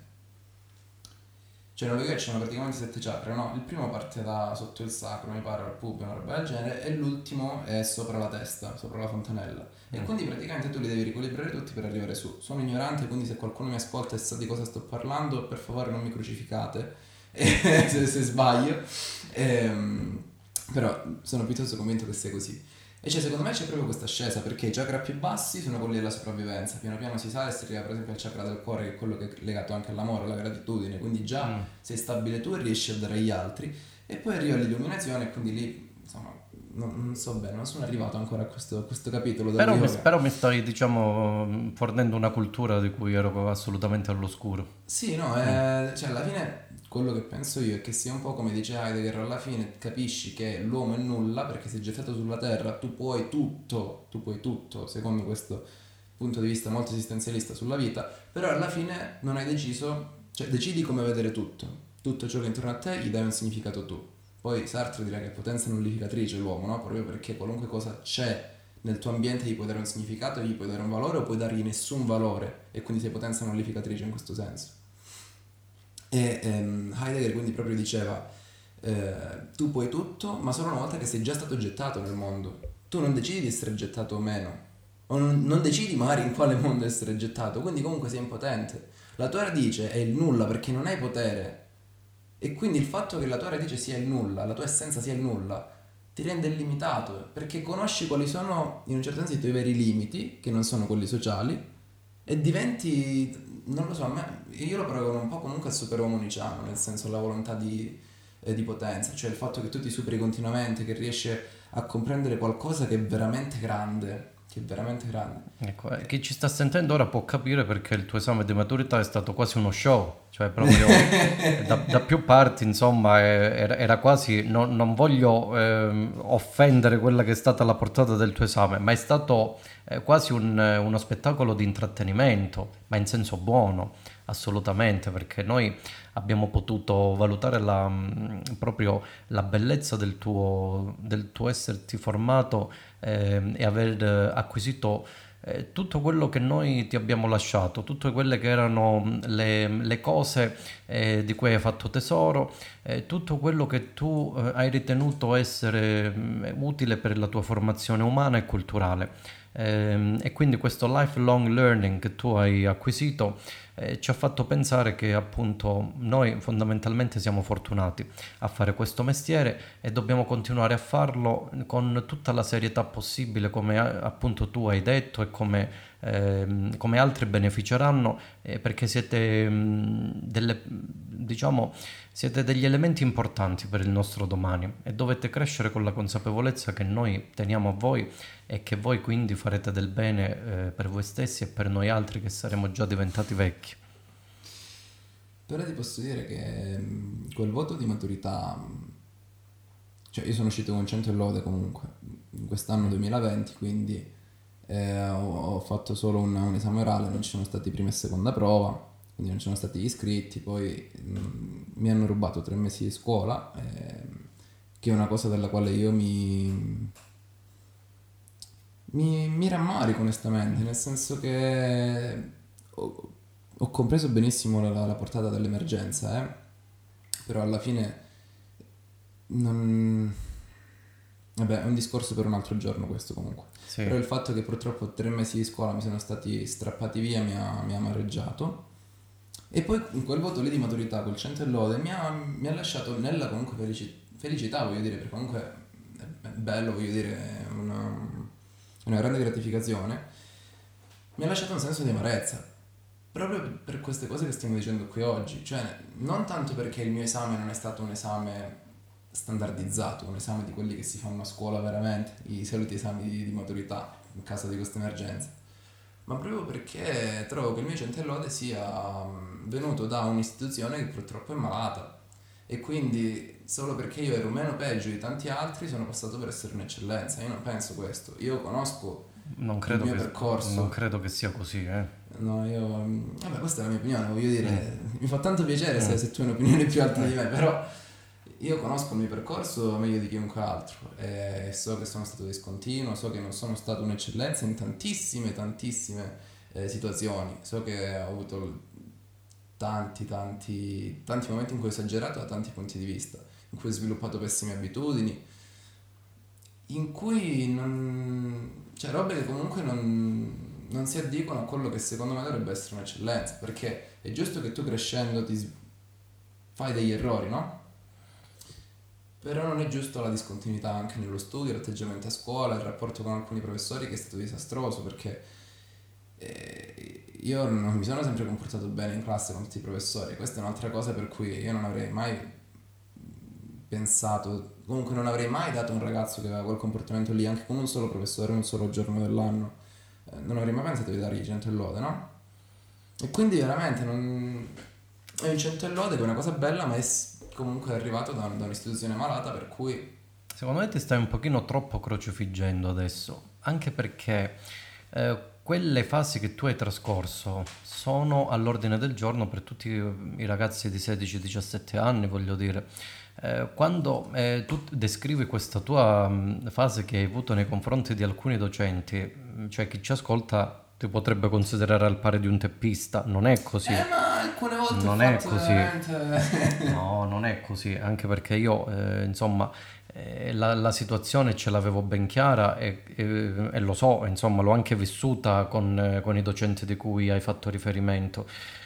Cioè nel yoga ci sono praticamente sette chakra, no? Il primo parte da sotto il sacro, mi pare, al pubblico, una roba del genere, e l'ultimo è sopra la testa, sopra la fontanella. E Mm. quindi praticamente tu li devi riequilibrare tutti per arrivare su. Sono ignorante, quindi se qualcuno mi ascolta e sa di cosa sto parlando, per favore non mi crucificate se, se sbaglio. Ehm, però sono piuttosto convinto che sia così. E cioè secondo me c'è proprio questa ascesa, perché i chakra più bassi sono quelli della sopravvivenza, piano piano si sale e si arriva per esempio al chakra del cuore, che è quello che è legato anche all'amore, alla gratitudine, quindi già Mm. sei stabile tu e riesci a dare agli altri, e poi arriva l'illuminazione e quindi lì, insomma, non, non so bene, non sono arrivato ancora a questo, a questo capitolo dello Però mi, yoga. però mi stai, diciamo, fornendo una cultura di cui ero assolutamente all'oscuro. Sì, no, Mm. eh, cioè alla fine quello che penso io è che sia un po' come dice Heidegger, alla fine capisci che l'uomo è nulla perché sei gettato sulla terra, tu puoi tutto, tu puoi tutto, secondo questo punto di vista molto esistenzialista sulla vita, però alla fine non hai deciso, cioè decidi come vedere tutto, tutto ciò che è intorno a te gli dai un significato tu. Poi Sartre dirà che è potenza nullificatrice l'uomo, no? Proprio perché qualunque cosa c'è nel tuo ambiente gli puoi dare un significato, gli puoi dare un valore o puoi dargli nessun valore, e quindi sei potenza nullificatrice in questo senso. E ehm, Heidegger quindi proprio diceva, eh, tu puoi tutto, ma solo una volta che sei già stato gettato nel mondo. Tu non decidi di essere gettato o meno, o non, non decidi magari in quale mondo essere gettato, quindi comunque sei impotente. La tua radice è il nulla perché non hai potere, e quindi il fatto che la tua radice sia il nulla, la tua essenza sia il nulla, ti rende illimitato, perché conosci quali sono in un certo senso i tuoi veri limiti, che non sono quelli sociali, e diventi, non lo so, a me, io lo paragono un po' comunque al superuomo nicciano, nel senso la volontà di, eh, di potenza, cioè il fatto che tu ti superi continuamente, che riesci a comprendere qualcosa che è veramente grande, che è veramente grande. Ecco, eh, chi ci sta sentendo ora può capire perché il tuo esame di maturità è stato quasi uno show, cioè proprio eh, da, da più parti, insomma, eh, era, era quasi, non, non voglio ehm, offendere quella che è stata la portata del tuo esame, ma è stato eh, quasi un, eh, uno spettacolo di intrattenimento, ma in senso buono, assolutamente, perché noi abbiamo potuto valutare la, mh, proprio la bellezza del tuo, del tuo esserti formato ehm, e aver eh, acquisito eh, tutto quello che noi ti abbiamo lasciato, tutte quelle che erano mh, le, le cose eh, di cui hai fatto tesoro, eh, tutto quello che tu eh, hai ritenuto essere mh, utile per la tua formazione umana e culturale. Ehm, e quindi questo lifelong learning che tu hai acquisito eh, ci ha fatto pensare che appunto noi fondamentalmente siamo fortunati a fare questo mestiere e dobbiamo continuare a farlo con tutta la serietà possibile, come eh, appunto tu hai detto e come, ehm, come altri beneficeranno, eh, perché siete, mh, delle, diciamo, siete degli elementi importanti per il nostro domani e dovete crescere con la consapevolezza che noi teniamo a voi e che voi quindi farete del bene eh, per voi stessi e per noi altri che saremo già diventati vecchi. Però ti posso dire che mh, quel voto di maturità, mh, cioè io sono uscito con cento e lode comunque, in quest'anno duemilaventi, quindi eh, ho, ho fatto solo un, un esame orale, non ci sono stati prima e seconda prova, quindi non ci sono stati gli iscritti, poi mh, mi hanno rubato tre mesi di scuola, eh, che è una cosa della quale io mi, mi, mi rammarico onestamente, nel senso che ho, ho compreso benissimo la, la portata dell'emergenza, eh, però alla fine non, Vabbè, è un discorso per un altro giorno questo comunque. Sì. Però il fatto che purtroppo tre mesi di scuola mi sono stati strappati via mi ha, mi ha amareggiato. E poi in quel voto lì di maturità, quel cento e lode, mi ha, mi ha lasciato nella comunque felici- felicità, voglio dire, perché comunque è bello, voglio dire, è una, una grande gratificazione. Mi ha lasciato un senso di amarezza, proprio per queste cose che stiamo dicendo qui oggi. Cioè, non tanto perché il mio esame non è stato un esame standardizzato, un esame di quelli che si fanno a scuola veramente, i soliti esami di, di maturità in caso di queste emergenze, ma proprio perché trovo che il mio cento e lode sia mm, venuto da un'istituzione che purtroppo è malata e quindi solo perché io ero meno peggio di tanti altri sono passato per essere un'eccellenza. Io non penso questo, io conosco Non il credo mio che, non percorso. credo che sia così, eh. No, io mm, vabbè, questa è la mia opinione, voglio dire, Mm. mi fa tanto piacere se, Mm. se tu hai un'opinione più alta di me, però io conosco il mio percorso meglio di chiunque altro e so che sono stato discontinuo, so che non sono stato un'eccellenza in tantissime, tantissime eh, situazioni, so che ho avuto tanti, tanti, tanti momenti in cui ho esagerato da tanti punti di vista, in cui ho sviluppato pessime abitudini, in cui non... cioè robe che comunque non, non si addicono a quello che secondo me dovrebbe essere un'eccellenza, perché è giusto che tu crescendo ti s- fai degli errori, no? Però non è giusto la discontinuità anche nello studio, l'atteggiamento a scuola, il rapporto con alcuni professori che è stato disastroso perché eh, io non mi sono sempre comportato bene in classe con tutti i professori. Questa è un'altra cosa per cui io non avrei mai pensato, comunque non avrei mai dato a un ragazzo che aveva quel comportamento lì, anche con un solo professore, un solo giorno dell'anno, eh, non avrei mai pensato di dargli cento e lode, no? E quindi veramente non... è un cento e lode che è una cosa bella, ma è s- comunque arrivato da, da un'istituzione malata, per cui Secondo me ti stai un pochino troppo crocifiggendo adesso, anche perché eh, quelle fasi che tu hai trascorso sono all'ordine del giorno per tutti i ragazzi di sedici diciassette anni, voglio dire. Eh, quando eh, tu descrivi questa tua mh, fase che hai avuto nei confronti di alcuni docenti, mh, cioè chi ci ascolta ti potrebbe considerare al pari di un teppista, non è così. eh, ma alcune volte ho Non è fatto così. veramente... No, non è così, anche perché io, eh, insomma, eh, la, la situazione ce l'avevo ben chiara e, e- e lo so, insomma, l'ho anche vissuta con, eh, con i docenti di cui hai fatto riferimento.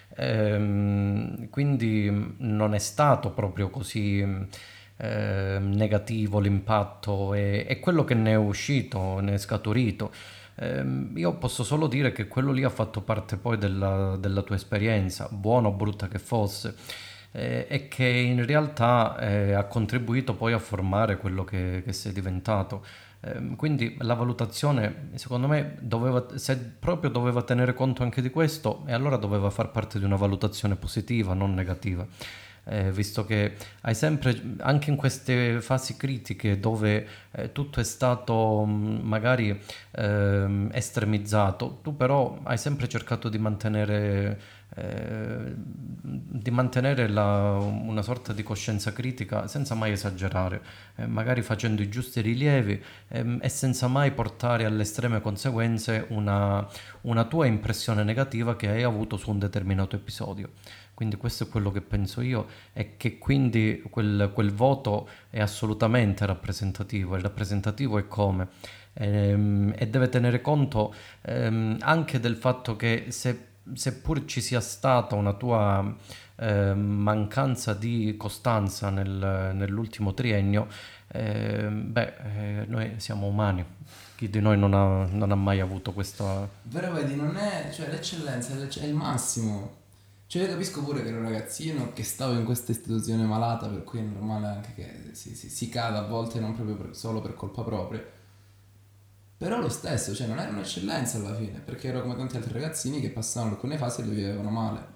Ehm, quindi mh, non è stato proprio così mh, eh, negativo l'impatto e, e quello che ne è uscito, ne è scaturito. Ehm, io posso solo dire che quello lì ha fatto parte poi della, della tua esperienza, buona o brutta che fosse, eh, e che in realtà eh, ha contribuito poi a formare quello che, che sei diventato. Ehm, quindi la valutazione, secondo me, doveva, se proprio doveva tenere conto anche di questo, e allora doveva far parte di una valutazione positiva, non negativa. Eh, visto che hai sempre, anche in queste fasi critiche dove eh, tutto è stato mh, magari ehm, estremizzato, tu però hai sempre cercato di mantenere, eh, di mantenere la- una sorta di coscienza critica senza mai esagerare, eh, magari facendo i giusti rilievi ehm, e senza mai portare alle estreme conseguenze una, una tua impressione negativa che hai avuto su un determinato episodio. Quindi questo è quello che penso io e che quindi quel, quel voto è assolutamente rappresentativo. E rappresentativo è come? Ehm, e deve tenere conto ehm, anche del fatto che se, seppur ci sia stata una tua ehm, mancanza di costanza nel- nell'ultimo triennio, ehm, beh, eh, noi siamo umani. Chi di noi non ha, non ha mai avuto questa... Però vedi, non è, cioè l'eccellenza è l'ecce- è il massimo. Cioè io capisco pure che ero un ragazzino, che stavo in questa istituzione malata, per cui è normale anche che si, si, si cada a volte non proprio per- solo per colpa propria. Però lo stesso, cioè non era un'eccellenza alla fine, perché ero come tanti altri ragazzini che passavano alcune fasi e le vivevano male.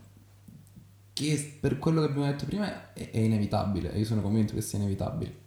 Che per quello che abbiamo detto prima è, è inevitabile, e io sono convinto che sia inevitabile.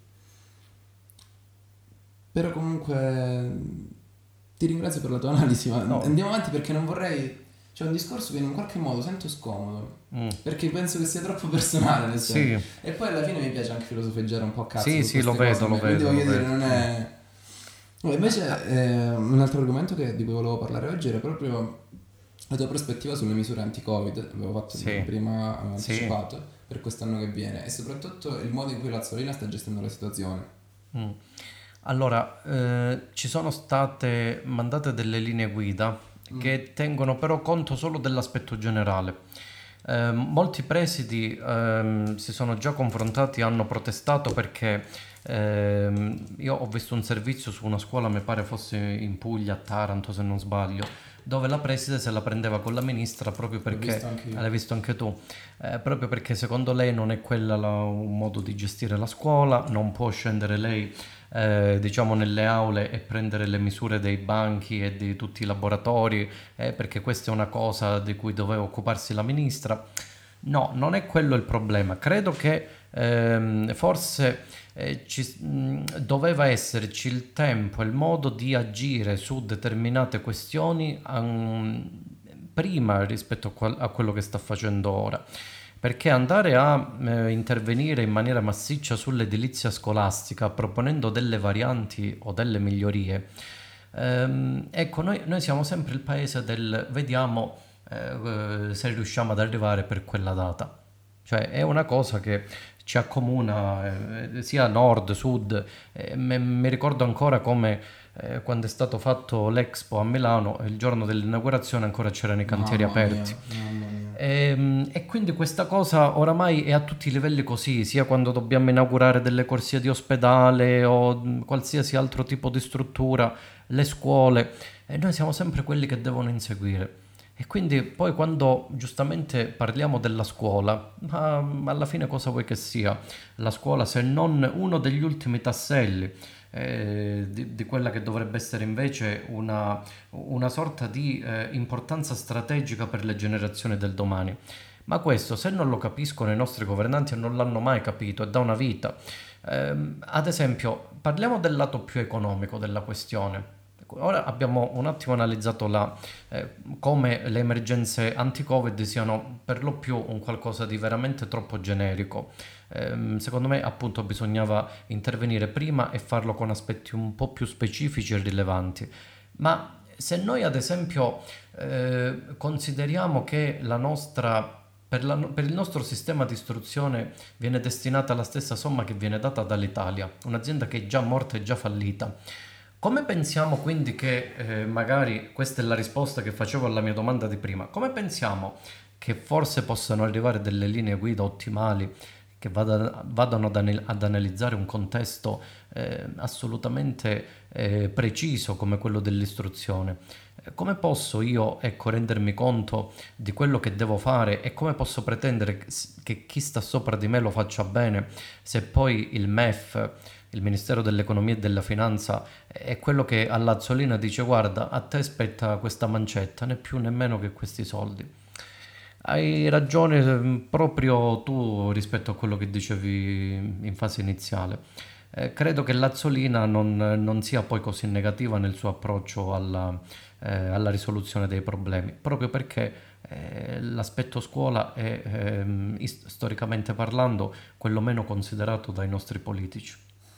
Però comunque ti ringrazio per la tua analisi, ma No. andiamo avanti perché non vorrei... C'è un discorso che in un qualche modo sento scomodo, Mm. perché penso che sia troppo personale nel senso. Sì, E poi alla fine mi piace anche filosofeggiare un po' a cazzo sì, su sì, lo queste vedo, cose, lo quindi vedo, lo voglio dire, vedo. non è... No, invece eh, un altro argomento che- di cui volevo parlare oggi era proprio la tua prospettiva sulle misure anti-Covid, avevo fatto Sì, prima, avevo sì. anticipato, per quest'anno che viene, e soprattutto il modo in cui Lazzolina sta gestendo la situazione. Mm. Allora, eh, ci sono state mandate delle linee guida Mm. che tengono però conto solo dell'aspetto generale. Eh, molti presidi ehm, si sono già confrontati, hanno protestato perché ehm, io ho visto un servizio su una scuola, mi pare fosse in Puglia, a Taranto se non sbaglio, dove la preside se la prendeva con la ministra proprio L'ho visto perché, anche eh, io. l'hai visto anche tu, eh, proprio perché secondo lei non è quella la- un modo di gestire la scuola, non può scendere lei eh, diciamo nelle aule e prendere le misure dei banchi e di tutti i laboratori, eh, perché questa è una cosa di cui doveva occuparsi la ministra. No, non è quello il problema. Credo che ehm, forse eh, ci- mh, doveva esserci il tempo e il modo di agire su determinate questioni um, prima rispetto a, qual- a quello che sta facendo ora. Perché andare a eh, intervenire in maniera massiccia sull'edilizia scolastica proponendo delle varianti o delle migliorie, ehm, ecco, noi, noi siamo sempre il paese del vediamo eh, eh, se riusciamo ad arrivare per quella data. Cioè è una cosa che ci accomuna eh, sia nord, sud. Eh, me- mi ricordo ancora come eh, quando è stato fatto l'Expo a Milano, il giorno dell'inaugurazione ancora c'erano i cantieri Mamma mia, aperti. mamma mia. E, e quindi questa cosa oramai è a tutti i livelli così, sia quando dobbiamo inaugurare delle corsie di ospedale o mh, qualsiasi altro tipo di struttura, le scuole, e noi siamo sempre quelli che devono inseguire. E quindi poi quando giustamente parliamo della scuola, ma alla fine cosa vuoi che sia? La scuola se non uno degli ultimi tasselli eh, di, di quella che dovrebbe essere invece una, una sorta di eh, importanza strategica per le generazioni del domani. Ma questo se non lo capiscono i nostri governanti e non l'hanno mai capito, è da una vita. Ehm, ad esempio, parliamo del lato più economico della questione. Ora abbiamo un attimo analizzato la, eh, come le emergenze anti-Covid siano per lo più un qualcosa di veramente troppo generico. Ehm, secondo me appunto bisognava intervenire prima e farlo con aspetti un po' più specifici e rilevanti. Ma se noi ad esempio eh, consideriamo che la nostra, per, la- per il nostro sistema di istruzione viene destinata la stessa somma che viene data dall'Italia, un'azienda che è già morta e già fallita, come pensiamo quindi che, eh, magari questa è la risposta che facevo alla mia domanda di prima, come pensiamo che forse possano arrivare delle linee guida ottimali che vada- vadano ad, anal- ad analizzare un contesto eh, assolutamente eh, preciso come quello dell'istruzione? Eh, Come posso io, ecco, rendermi conto di quello che devo fare e come posso pretendere che s- che chi sta sopra di me lo faccia bene se poi il M E F, il Ministero dell'Economia e della Finanza, è quello che all'Azzolina dice guarda, a te spetta questa mancetta, né più né meno che questi soldi. Hai ragione ehm, proprio tu rispetto a quello che dicevi in fase iniziale. Eh, credo che l'Azzolina non, non sia poi così negativa nel suo approccio alla, eh, alla risoluzione dei problemi, proprio perché eh, l'aspetto scuola è, ehm, is- storicamente parlando, quello meno considerato dai nostri politici.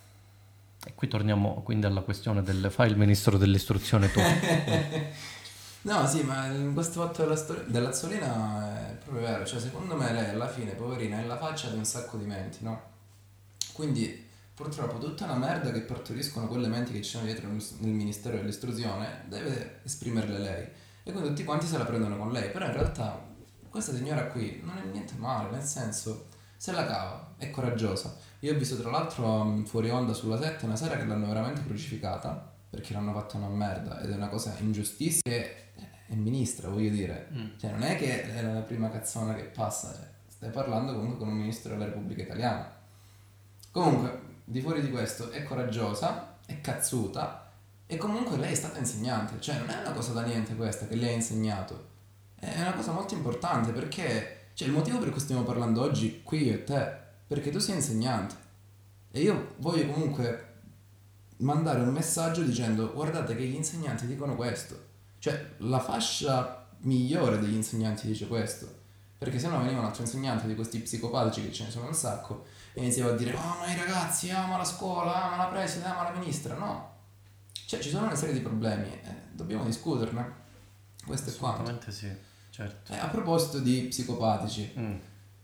E qui torniamo quindi alla questione del fai il ministro dell'istruzione tu. Mm. No, sì, ma in questo fatto della, stor- della Zolina è proprio vero. Cioè, secondo me lei alla fine, poverina, è la faccia di un sacco di menti, no? Quindi, purtroppo, tutta una merda che partoriscono quelle menti che ci sono dietro nel nel Ministero dell'Istruzione deve esprimerle lei. E quindi tutti quanti se la prendono con lei. Però in realtà questa signora qui non è niente male, nel senso, se la cava, è coraggiosa. Io ho visto tra l'altro mh, fuori onda sulla sette una sera che l'hanno veramente crucificata perché l'hanno fatta una merda ed è una cosa ingiustissima. Che è ministra, voglio dire. Mm. Cioè, non è che è la prima cazzona che passa, cioè, stai parlando comunque con un ministro della Repubblica Italiana. Comunque, di fuori di questo, è coraggiosa, è cazzuta e comunque lei è stata insegnante, cioè non è una cosa da niente questa che lei ha insegnato, è una cosa molto importante perché, cioè il motivo per cui stiamo parlando oggi qui io e te, perché tu sei insegnante e io voglio comunque mandare un messaggio dicendo guardate che gli insegnanti dicono questo, cioè la fascia migliore degli insegnanti dice questo, perché se no veniva un altro insegnante di questi psicopatici che ce ne sono un sacco e iniziava a dire oh ma i ragazzi, ama la scuola, ama la preside, ama la ministra, no, cioè ci sono una serie di problemi e dobbiamo discuterne, questo è quanto. Assolutamente sì, certo. E a proposito di psicopatici, Mm.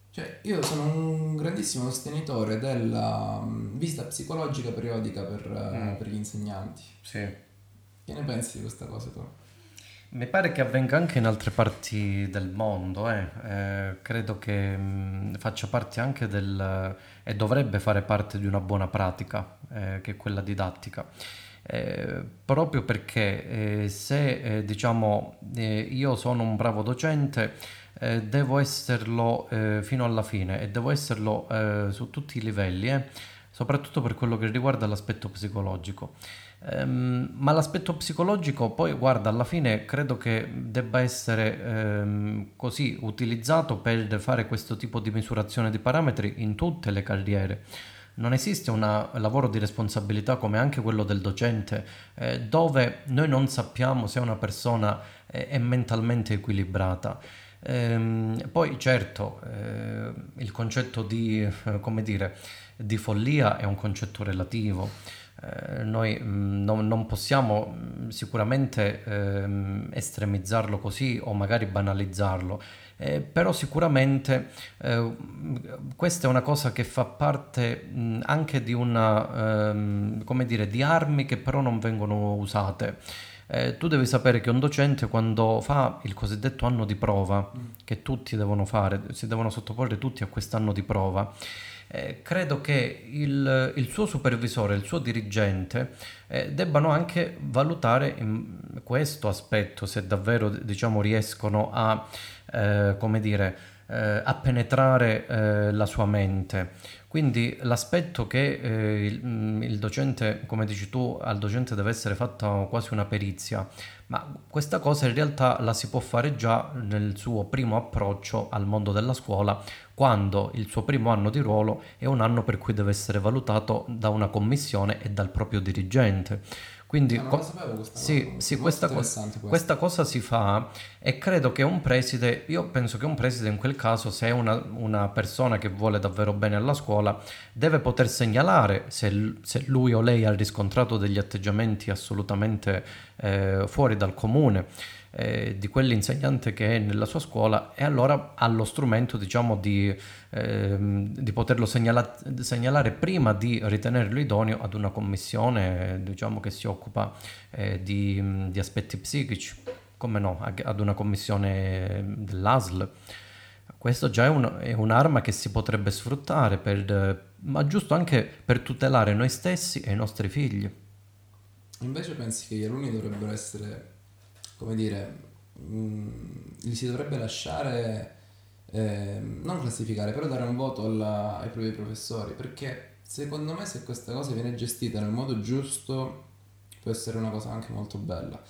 Cioè, io sono un grandissimo sostenitore della mm, visita psicologica periodica per, eh, Mm, per gli insegnanti. sì. Che ne pensi di questa cosa tu? Mi pare che avvenga anche in altre parti del mondo, eh. Eh, credo che mh, faccia parte anche del, e dovrebbe fare parte di una buona pratica, eh, che è quella didattica. Eh, proprio perché eh, se eh, diciamo eh, io sono un bravo docente, eh, devo esserlo eh, fino alla fine e devo esserlo eh, su tutti i livelli, eh, soprattutto per quello che riguarda l'aspetto psicologico. Ehm, ma l'aspetto psicologico poi, guarda, alla fine credo che debba essere ehm, così utilizzato per fare questo tipo di misurazione di parametri in tutte le carriere. Non esiste un lavoro di responsabilità come anche quello del docente, eh, dove noi non sappiamo se una persona è, è mentalmente equilibrata. Ehm, poi certo, eh, il concetto di, eh, come dire, di follia è un concetto relativo. Eh, noi mh, non, non possiamo mh, sicuramente ehm, estremizzarlo così o magari banalizzarlo, eh, però sicuramente eh, questa è una cosa che fa parte mh, anche di una, ehm, come dire, di armi che però non vengono usate. Eh, tu devi sapere che un docente quando fa il cosiddetto anno di prova, Mm. che tutti devono fare, si devono sottoporre tutti a quest'anno di prova, eh, credo che il, il suo supervisore, il suo dirigente, eh, debbano anche valutare in questo aspetto, se davvero diciamo riescono a, eh, come dire, eh, a penetrare eh, la sua mente. Quindi l'aspetto che eh, il, mm, il docente, come dici tu, al docente deve essere fatta quasi una perizia, ma questa cosa in realtà la si può fare già nel suo primo approccio al mondo della scuola, quando il suo primo anno di ruolo è un anno per cui deve essere valutato da una commissione e dal proprio dirigente. Ah, Quindi non la co- sapevo questa cosa sì, comunque, sì, molto questa, co- interessante questa questo. cosa si fa e credo che un preside, io penso che un preside in quel caso, se è una, una persona che vuole davvero bene alla scuola, deve poter segnalare se, l- se lui o lei ha riscontrato degli atteggiamenti assolutamente eh, fuori dal comune eh, di quell'insegnante che è nella sua scuola e allora ha lo strumento diciamo di, ehm, di poterlo segnala- segnalare prima di ritenerlo idoneo ad una commissione eh, diciamo che si occupa eh, di, di aspetti psichici, come no, ag- ad una commissione dell'A S L. Questo già è, un- è un'arma che si potrebbe sfruttare per, eh, ma giusto anche per tutelare noi stessi e i nostri figli. Invece pensi che gli alunni dovrebbero essere, come dire, mm, li si dovrebbe lasciare, eh, non classificare, però dare un voto alla- ai propri professori, perché secondo me se questa cosa viene gestita nel modo giusto può essere una cosa anche molto bella.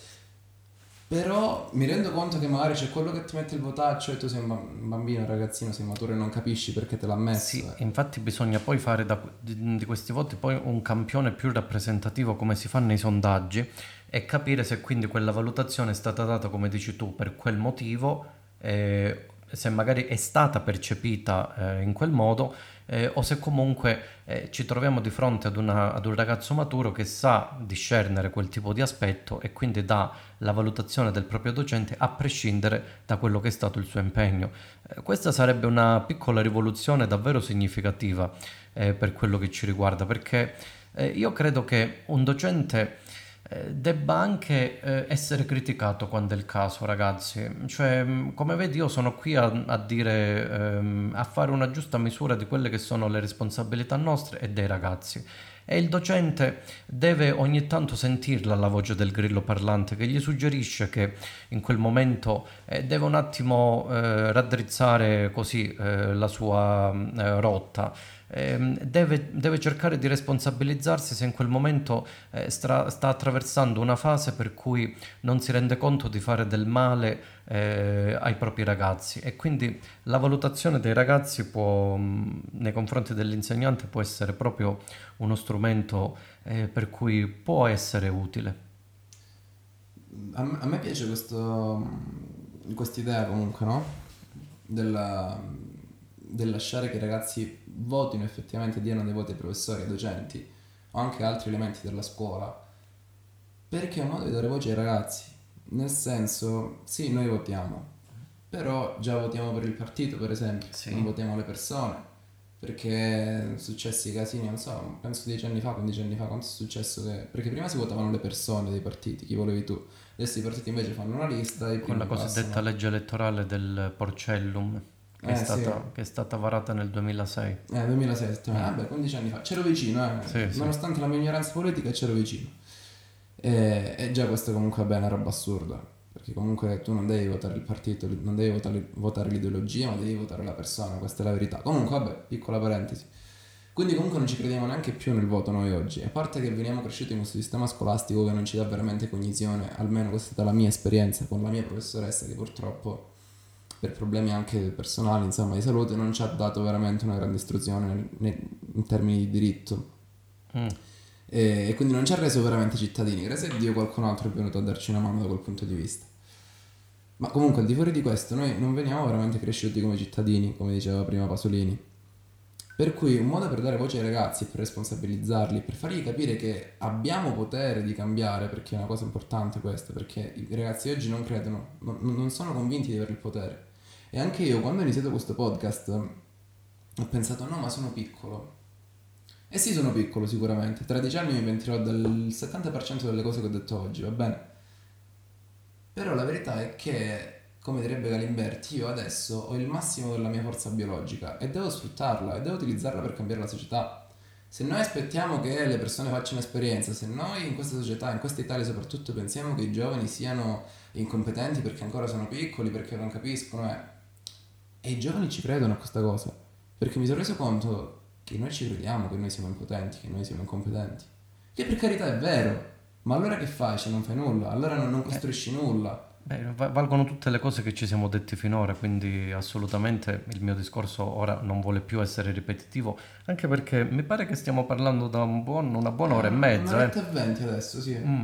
Però mi rendo conto che magari c'è quello che ti mette il votaccio e tu sei un ba- un bambino, un ragazzino, sei maturo e non capisci perché te l'ha messo. Sì, eh. infatti bisogna poi fare da, di, di questi voti poi un campione più rappresentativo come si fa nei sondaggi e capire se quindi quella valutazione è stata data, come dici tu, per quel motivo, eh, se magari è stata percepita eh, in quel modo eh, o se comunque eh, ci troviamo di fronte ad, una- ad un ragazzo maturo che sa discernere quel tipo di aspetto e quindi dà la valutazione del proprio docente a prescindere da quello che è stato il suo impegno. Eh, Questa sarebbe una piccola rivoluzione davvero significativa eh, per quello che ci riguarda, perché eh, io credo che un docente eh, debba anche eh, essere criticato quando è il caso, ragazzi. Cioè, mh, come vedi, io sono qui a, a dire, ehm, a fare una giusta misura di quelle che sono le responsabilità nostre e dei ragazzi. E il docente deve ogni tanto sentirla la voce del grillo parlante che gli suggerisce che in quel momento eh, deve un attimo eh, raddrizzare così eh, la sua eh, rotta. Ehm, deve, deve cercare di responsabilizzarsi se in quel momento eh, stra- sta attraversando una fase per cui non si rende conto di fare del male eh, ai propri ragazzi e quindi la valutazione dei ragazzi può, mh, nei confronti dell'insegnante può essere proprio uno strumento eh, per cui può essere utile. A me, a me piace questo, questa idea comunque, no? Della, del lasciare che i ragazzi votino effettivamente, diano dei voti ai professori, ai docenti o anche altri elementi della scuola, perché è un modo di dare voce ai ragazzi. Nel senso, sì, noi votiamo, però già votiamo per il partito, per esempio, Sì. non votiamo le persone, perché sono successi casini, non so, penso dieci anni fa, quindici anni fa, quanto è successo che... Perché prima si votavano le persone dei partiti, chi volevi tu, adesso i partiti invece fanno una lista e i Con la primi cosiddetta passano. legge elettorale del Porcellum, che è Eh sì, stata, che è stata varata nel duemilasei. eh, duemilasette, Mm. vabbè, quindici anni fa, c'ero vicino, eh. Sì, sì. Nonostante la mia ignoranza politica c'ero vicino. E, e già questo comunque vabbè, è una roba assurda, perché comunque tu non devi votare il partito, non devi votare, votare l'ideologia, ma devi votare la persona, questa è la verità. Comunque vabbè, piccola parentesi. Quindi comunque non ci crediamo neanche più nel voto noi oggi, a parte che veniamo cresciuti in questo sistema scolastico che non ci dà veramente cognizione, almeno questa è stata la mia esperienza con la mia professoressa che purtroppo per problemi anche personali, insomma, di salute, non ci ha dato veramente una grande istruzione nel- nel- in termini di diritto. Mm. E, e quindi non ci ha reso veramente cittadini. Grazie a Dio qualcun altro è venuto a darci una mano da quel punto di vista. Ma comunque al di fuori di questo noi non veniamo veramente cresciuti come cittadini, come diceva prima Pasolini. Per cui un modo per dare voce ai ragazzi, per responsabilizzarli, per fargli capire che abbiamo potere di cambiare, perché è una cosa importante questa, perché i ragazzi oggi non credono, non, non sono convinti di avere il potere. E anche io quando ho iniziato questo podcast ho pensato no, ma sono piccolo. E sì, sono piccolo sicuramente, tra dieci anni mi pentirò del settanta per cento delle cose che ho detto oggi, va bene? Però la verità è che, come direbbe Galimberti, io adesso ho il massimo della mia forza biologica e devo sfruttarla e devo utilizzarla per cambiare la società. Se noi aspettiamo che le persone facciano esperienza, se noi in questa società, in questa Italia soprattutto, pensiamo che i giovani siano incompetenti perché ancora sono piccoli, perché non capiscono, eh, e i giovani ci credono a questa cosa, perché mi sono reso conto che noi ci crediamo che noi siamo impotenti, che noi siamo incompetenti. Che per carità è vero, ma allora che fai se non fai nulla? Allora non, non costruisci nulla. Beh, va- valgono tutte le cose che ci siamo detti finora, quindi assolutamente il mio discorso ora non vuole più essere ripetitivo, anche perché mi pare che stiamo parlando da un buon- una buona ora e mezza, Un'oretta eh. e venti adesso, sì. Mm,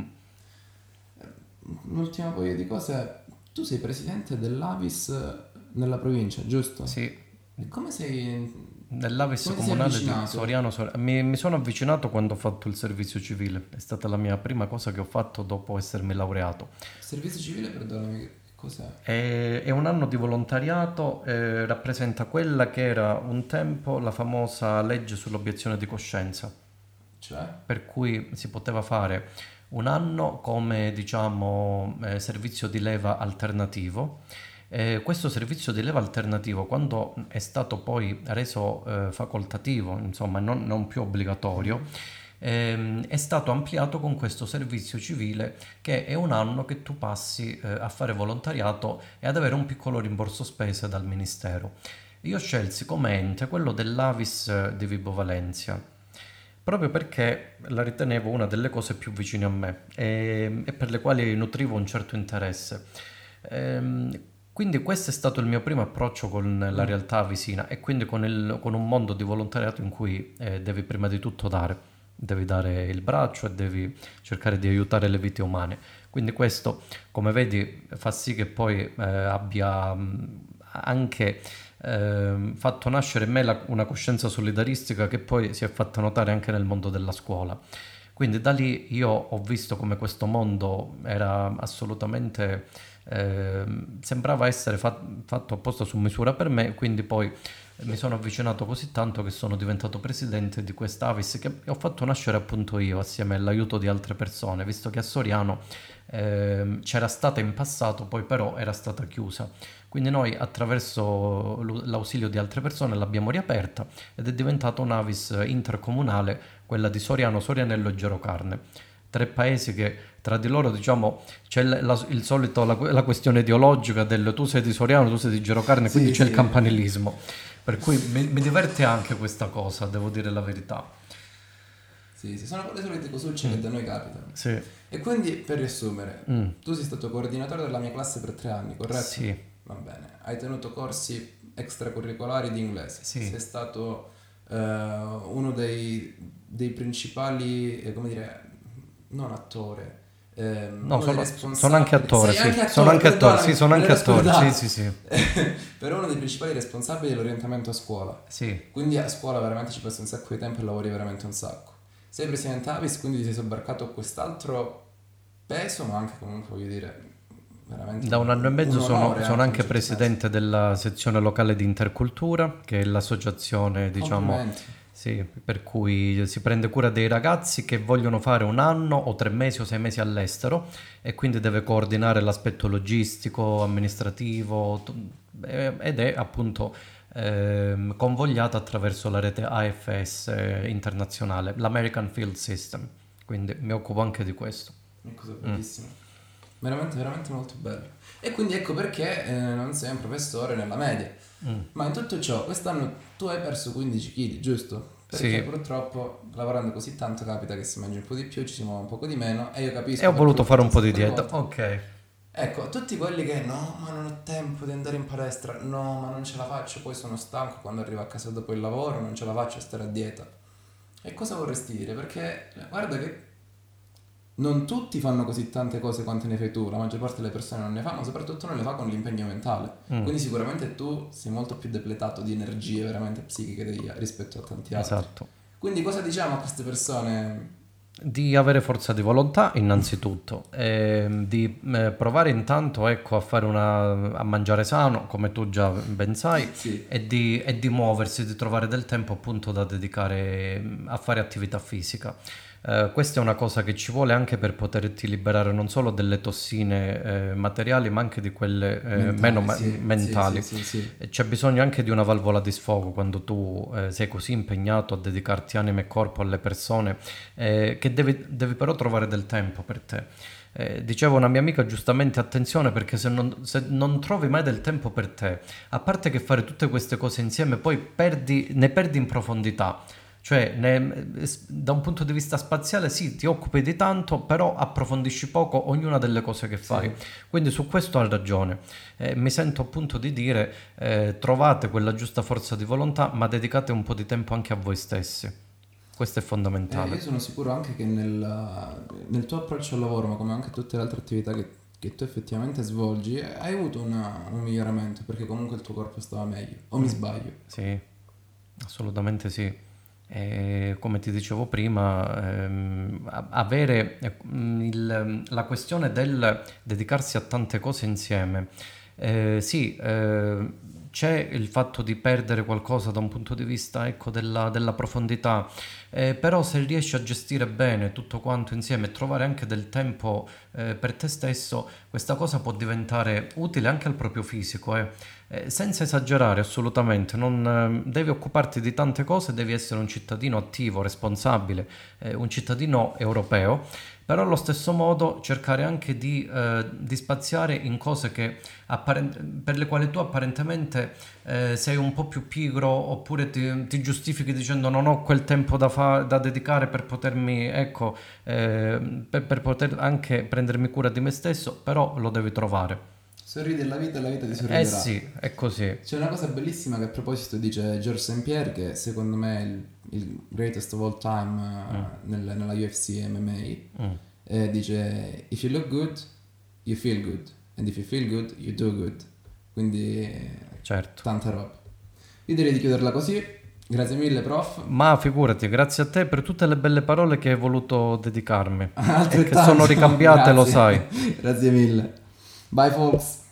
Un'ultima paio di cose. Tu sei presidente dell'Avis nella provincia, giusto? sì, E come sei... nell'Avis come ti sei comunale di avvicinato? Soriano. Sor- mi, mi sono avvicinato quando ho fatto il servizio civile, è stata la mia prima cosa che ho fatto dopo essermi laureato. Servizio civile, perdonami, che cos'è? È, è un anno di volontariato, eh, rappresenta quella che era un tempo la famosa legge sull'obiezione di coscienza, Cioè? per cui si poteva fare un anno come diciamo eh, servizio di leva alternativo. Eh, questo servizio di leva alternativo, quando è stato poi reso eh, facoltativo, insomma non, non più obbligatorio, ehm, è stato ampliato con questo servizio civile che è un anno che tu passi eh, a fare volontariato e ad avere un piccolo rimborso spese dal ministero. Io scelsi come ente quello dell'Avis eh, di Vibo Valentia, proprio perché la ritenevo una delle cose più vicine a me e, e per le quali nutrivo un certo interesse. Ehm, quindi questo è stato il mio primo approccio con la Mm. realtà vicina e quindi con, il- con un mondo di volontariato in cui eh, devi prima di tutto dare, devi dare il braccio e devi cercare di aiutare le vite umane. Quindi questo, come vedi, fa sì che poi eh, abbia mh, anche ehm, fatto nascere in me la- una coscienza solidaristica che poi si è fatta notare anche nel mondo della scuola. Quindi da lì io ho visto come questo mondo era assolutamente, ehm, sembrava essere fa- fatto apposta su misura per me, quindi poi mi sono avvicinato così tanto che sono diventato presidente di quest'Avis che ho fatto nascere appunto io assieme all'aiuto di altre persone, visto che a Soriano ehm, c'era stata in passato, poi però era stata chiusa. Quindi noi attraverso l'u- l'ausilio di altre persone l'abbiamo riaperta ed è diventata un'Avis intercomunale, quella di Soriano, Sorianello e Gerocarne. Tre paesi che tra di loro, diciamo, c'è la- la- il solito, la, la questione ideologica del tu sei di Soriano, tu sei di Gerocarne, quindi Sì, c'è il sì. campanilismo. Per cui mi, mi diverte anche questa cosa, devo dire la verità. Sì, sì, sono quelle solite cosucce Mm. che da noi capitano. Sì. E quindi, per riassumere, Mm. tu sei stato coordinatore della mia classe per tre anni, corretto? Sì, Va bene. Hai tenuto corsi extracurricolari di inglese. sì. Sei stato eh, uno dei, dei principali, eh, come dire, non attore, ehm, No, uno dei sono, responsabili. sono anche attore, Sei sì. anche Sono anche attore, perdonami, sì, sono me anche l'ero attore, sì, scordato. sì, sì. Però uno dei principali responsabili dell'orientamento a scuola. Sì, Quindi a scuola veramente ci passi un sacco di tempo e lavori veramente un sacco. Sei presidente Avis, quindi ti sei sobbarcato quest'altro peso, ma anche comunque voglio dire veramente Da un anno e mezzo un sono, onore sono anche in un anche certo presidente della sezione locale di intercultura, che è l'associazione, senso. diciamo, Complimenti. sì, per cui si prende cura dei ragazzi che vogliono fare un anno o tre mesi o sei mesi all'estero e quindi deve coordinare l'aspetto logistico, amministrativo t- eh, ed è appunto ehm, convogliata attraverso la rete A F S internazionale, l'American Field System, quindi mi occupo anche di questo. Una cosa Mm. bellissima. Veramente, veramente molto bello. E quindi ecco perché eh, non sei un professore nella media. Mm. Ma in tutto ciò, quest'anno tu hai perso quindici chili, giusto? Perché Sì. purtroppo lavorando così tanto capita che si mangi un po' di più, ci si muove un poco di meno e io capisco E ho perché voluto l'ho fare un fatto po' di un sacco dieta. volte. Ok. Ecco, tutti quelli che no, ma non ho tempo di andare in palestra, no, ma non ce la faccio, poi sono stanco quando arrivo a casa dopo il lavoro, non ce la faccio a stare a dieta. E cosa vorresti dire? Perché guarda che non tutti fanno così tante cose quante ne fai tu, la maggior parte delle persone non ne fa, ma soprattutto non le fa con l'impegno mentale. Mm. Quindi sicuramente tu sei molto più depletato di energie veramente psichiche degli- rispetto a tanti altri. Esatto. Quindi cosa diciamo a queste persone? Di avere forza di volontà innanzitutto, e di eh, provare intanto ecco, a fare una, a mangiare sano, come tu già ben sai, Sì, e di, e di muoversi, di trovare del tempo appunto da dedicare mm, a fare attività fisica. Eh, questa è una cosa che ci vuole anche per poterti liberare non solo delle tossine eh, materiali, ma anche di quelle eh, mentali, meno ma- sì, mentali. sì, sì, sì, sì. E c'è bisogno anche di una valvola di sfogo quando tu eh, sei così impegnato a dedicarti anima e corpo alle persone, eh, che devi, devi però trovare del tempo per te. Eh, diceva una mia amica giustamente, attenzione perché se non, se non trovi mai del tempo per te, a parte che fare tutte queste cose insieme, poi perdi, ne perdi in profondità. Cioè, ne- da un punto di vista spaziale, sì, ti occupi di tanto, però approfondisci poco ognuna delle cose che fai. Sì. Quindi su questo ha ragione. Eh, mi sento appunto di dire, eh, trovate quella giusta forza di volontà, ma dedicate un po' di tempo anche a voi stessi. Questo è Eh, fondamentale. io sono sicuro anche che nel, nel tuo approccio al lavoro, ma come anche tutte le altre attività che, che tu effettivamente svolgi, eh, hai avuto una- un miglioramento perché comunque il tuo corpo stava meglio. O mi Mm. sbaglio? Sì, assolutamente sì. E come ti dicevo prima, ehm, a- avere eh, mm, il- la questione del dedicarsi a tante cose insieme, eh, sì, eh, c'è il fatto di perdere qualcosa da un punto di vista, ecco, della, della profondità, eh, però se riesci a gestire bene tutto quanto insieme e trovare anche del tempo, eh, per te stesso, questa cosa può diventare utile anche al proprio fisico, eh. Eh, senza esagerare assolutamente, non, ehm, devi occuparti di tante cose, devi essere un cittadino attivo, responsabile, eh, un cittadino europeo, però allo stesso modo cercare anche di, eh, di spaziare in cose che apparen- per le quali tu apparentemente eh, sei un po' più pigro oppure ti, ti giustifichi dicendo non ho quel tempo da, fa- da dedicare per potermi, ecco, eh, per, per poter anche prendermi cura di me stesso, però lo devi trovare. Sorridi alla vita e la vita ti Eh sorriderà. sì, è così. C'è una cosa bellissima che a proposito dice George saint Pierre, che secondo me è il, il greatest of all time eh, Mm. nel- nella U F C M M A. Mm. Eh, dice if you look good, you feel good. And if you feel good, you do good. Quindi eh, Certo. tanta roba. Io direi di chiuderla così. Grazie mille, prof. Ma figurati, grazie a te per tutte le belle parole che hai voluto dedicarmi e che Altrettanto. sono ricambiate, lo Grazie. sai. Grazie mille. Bye folks.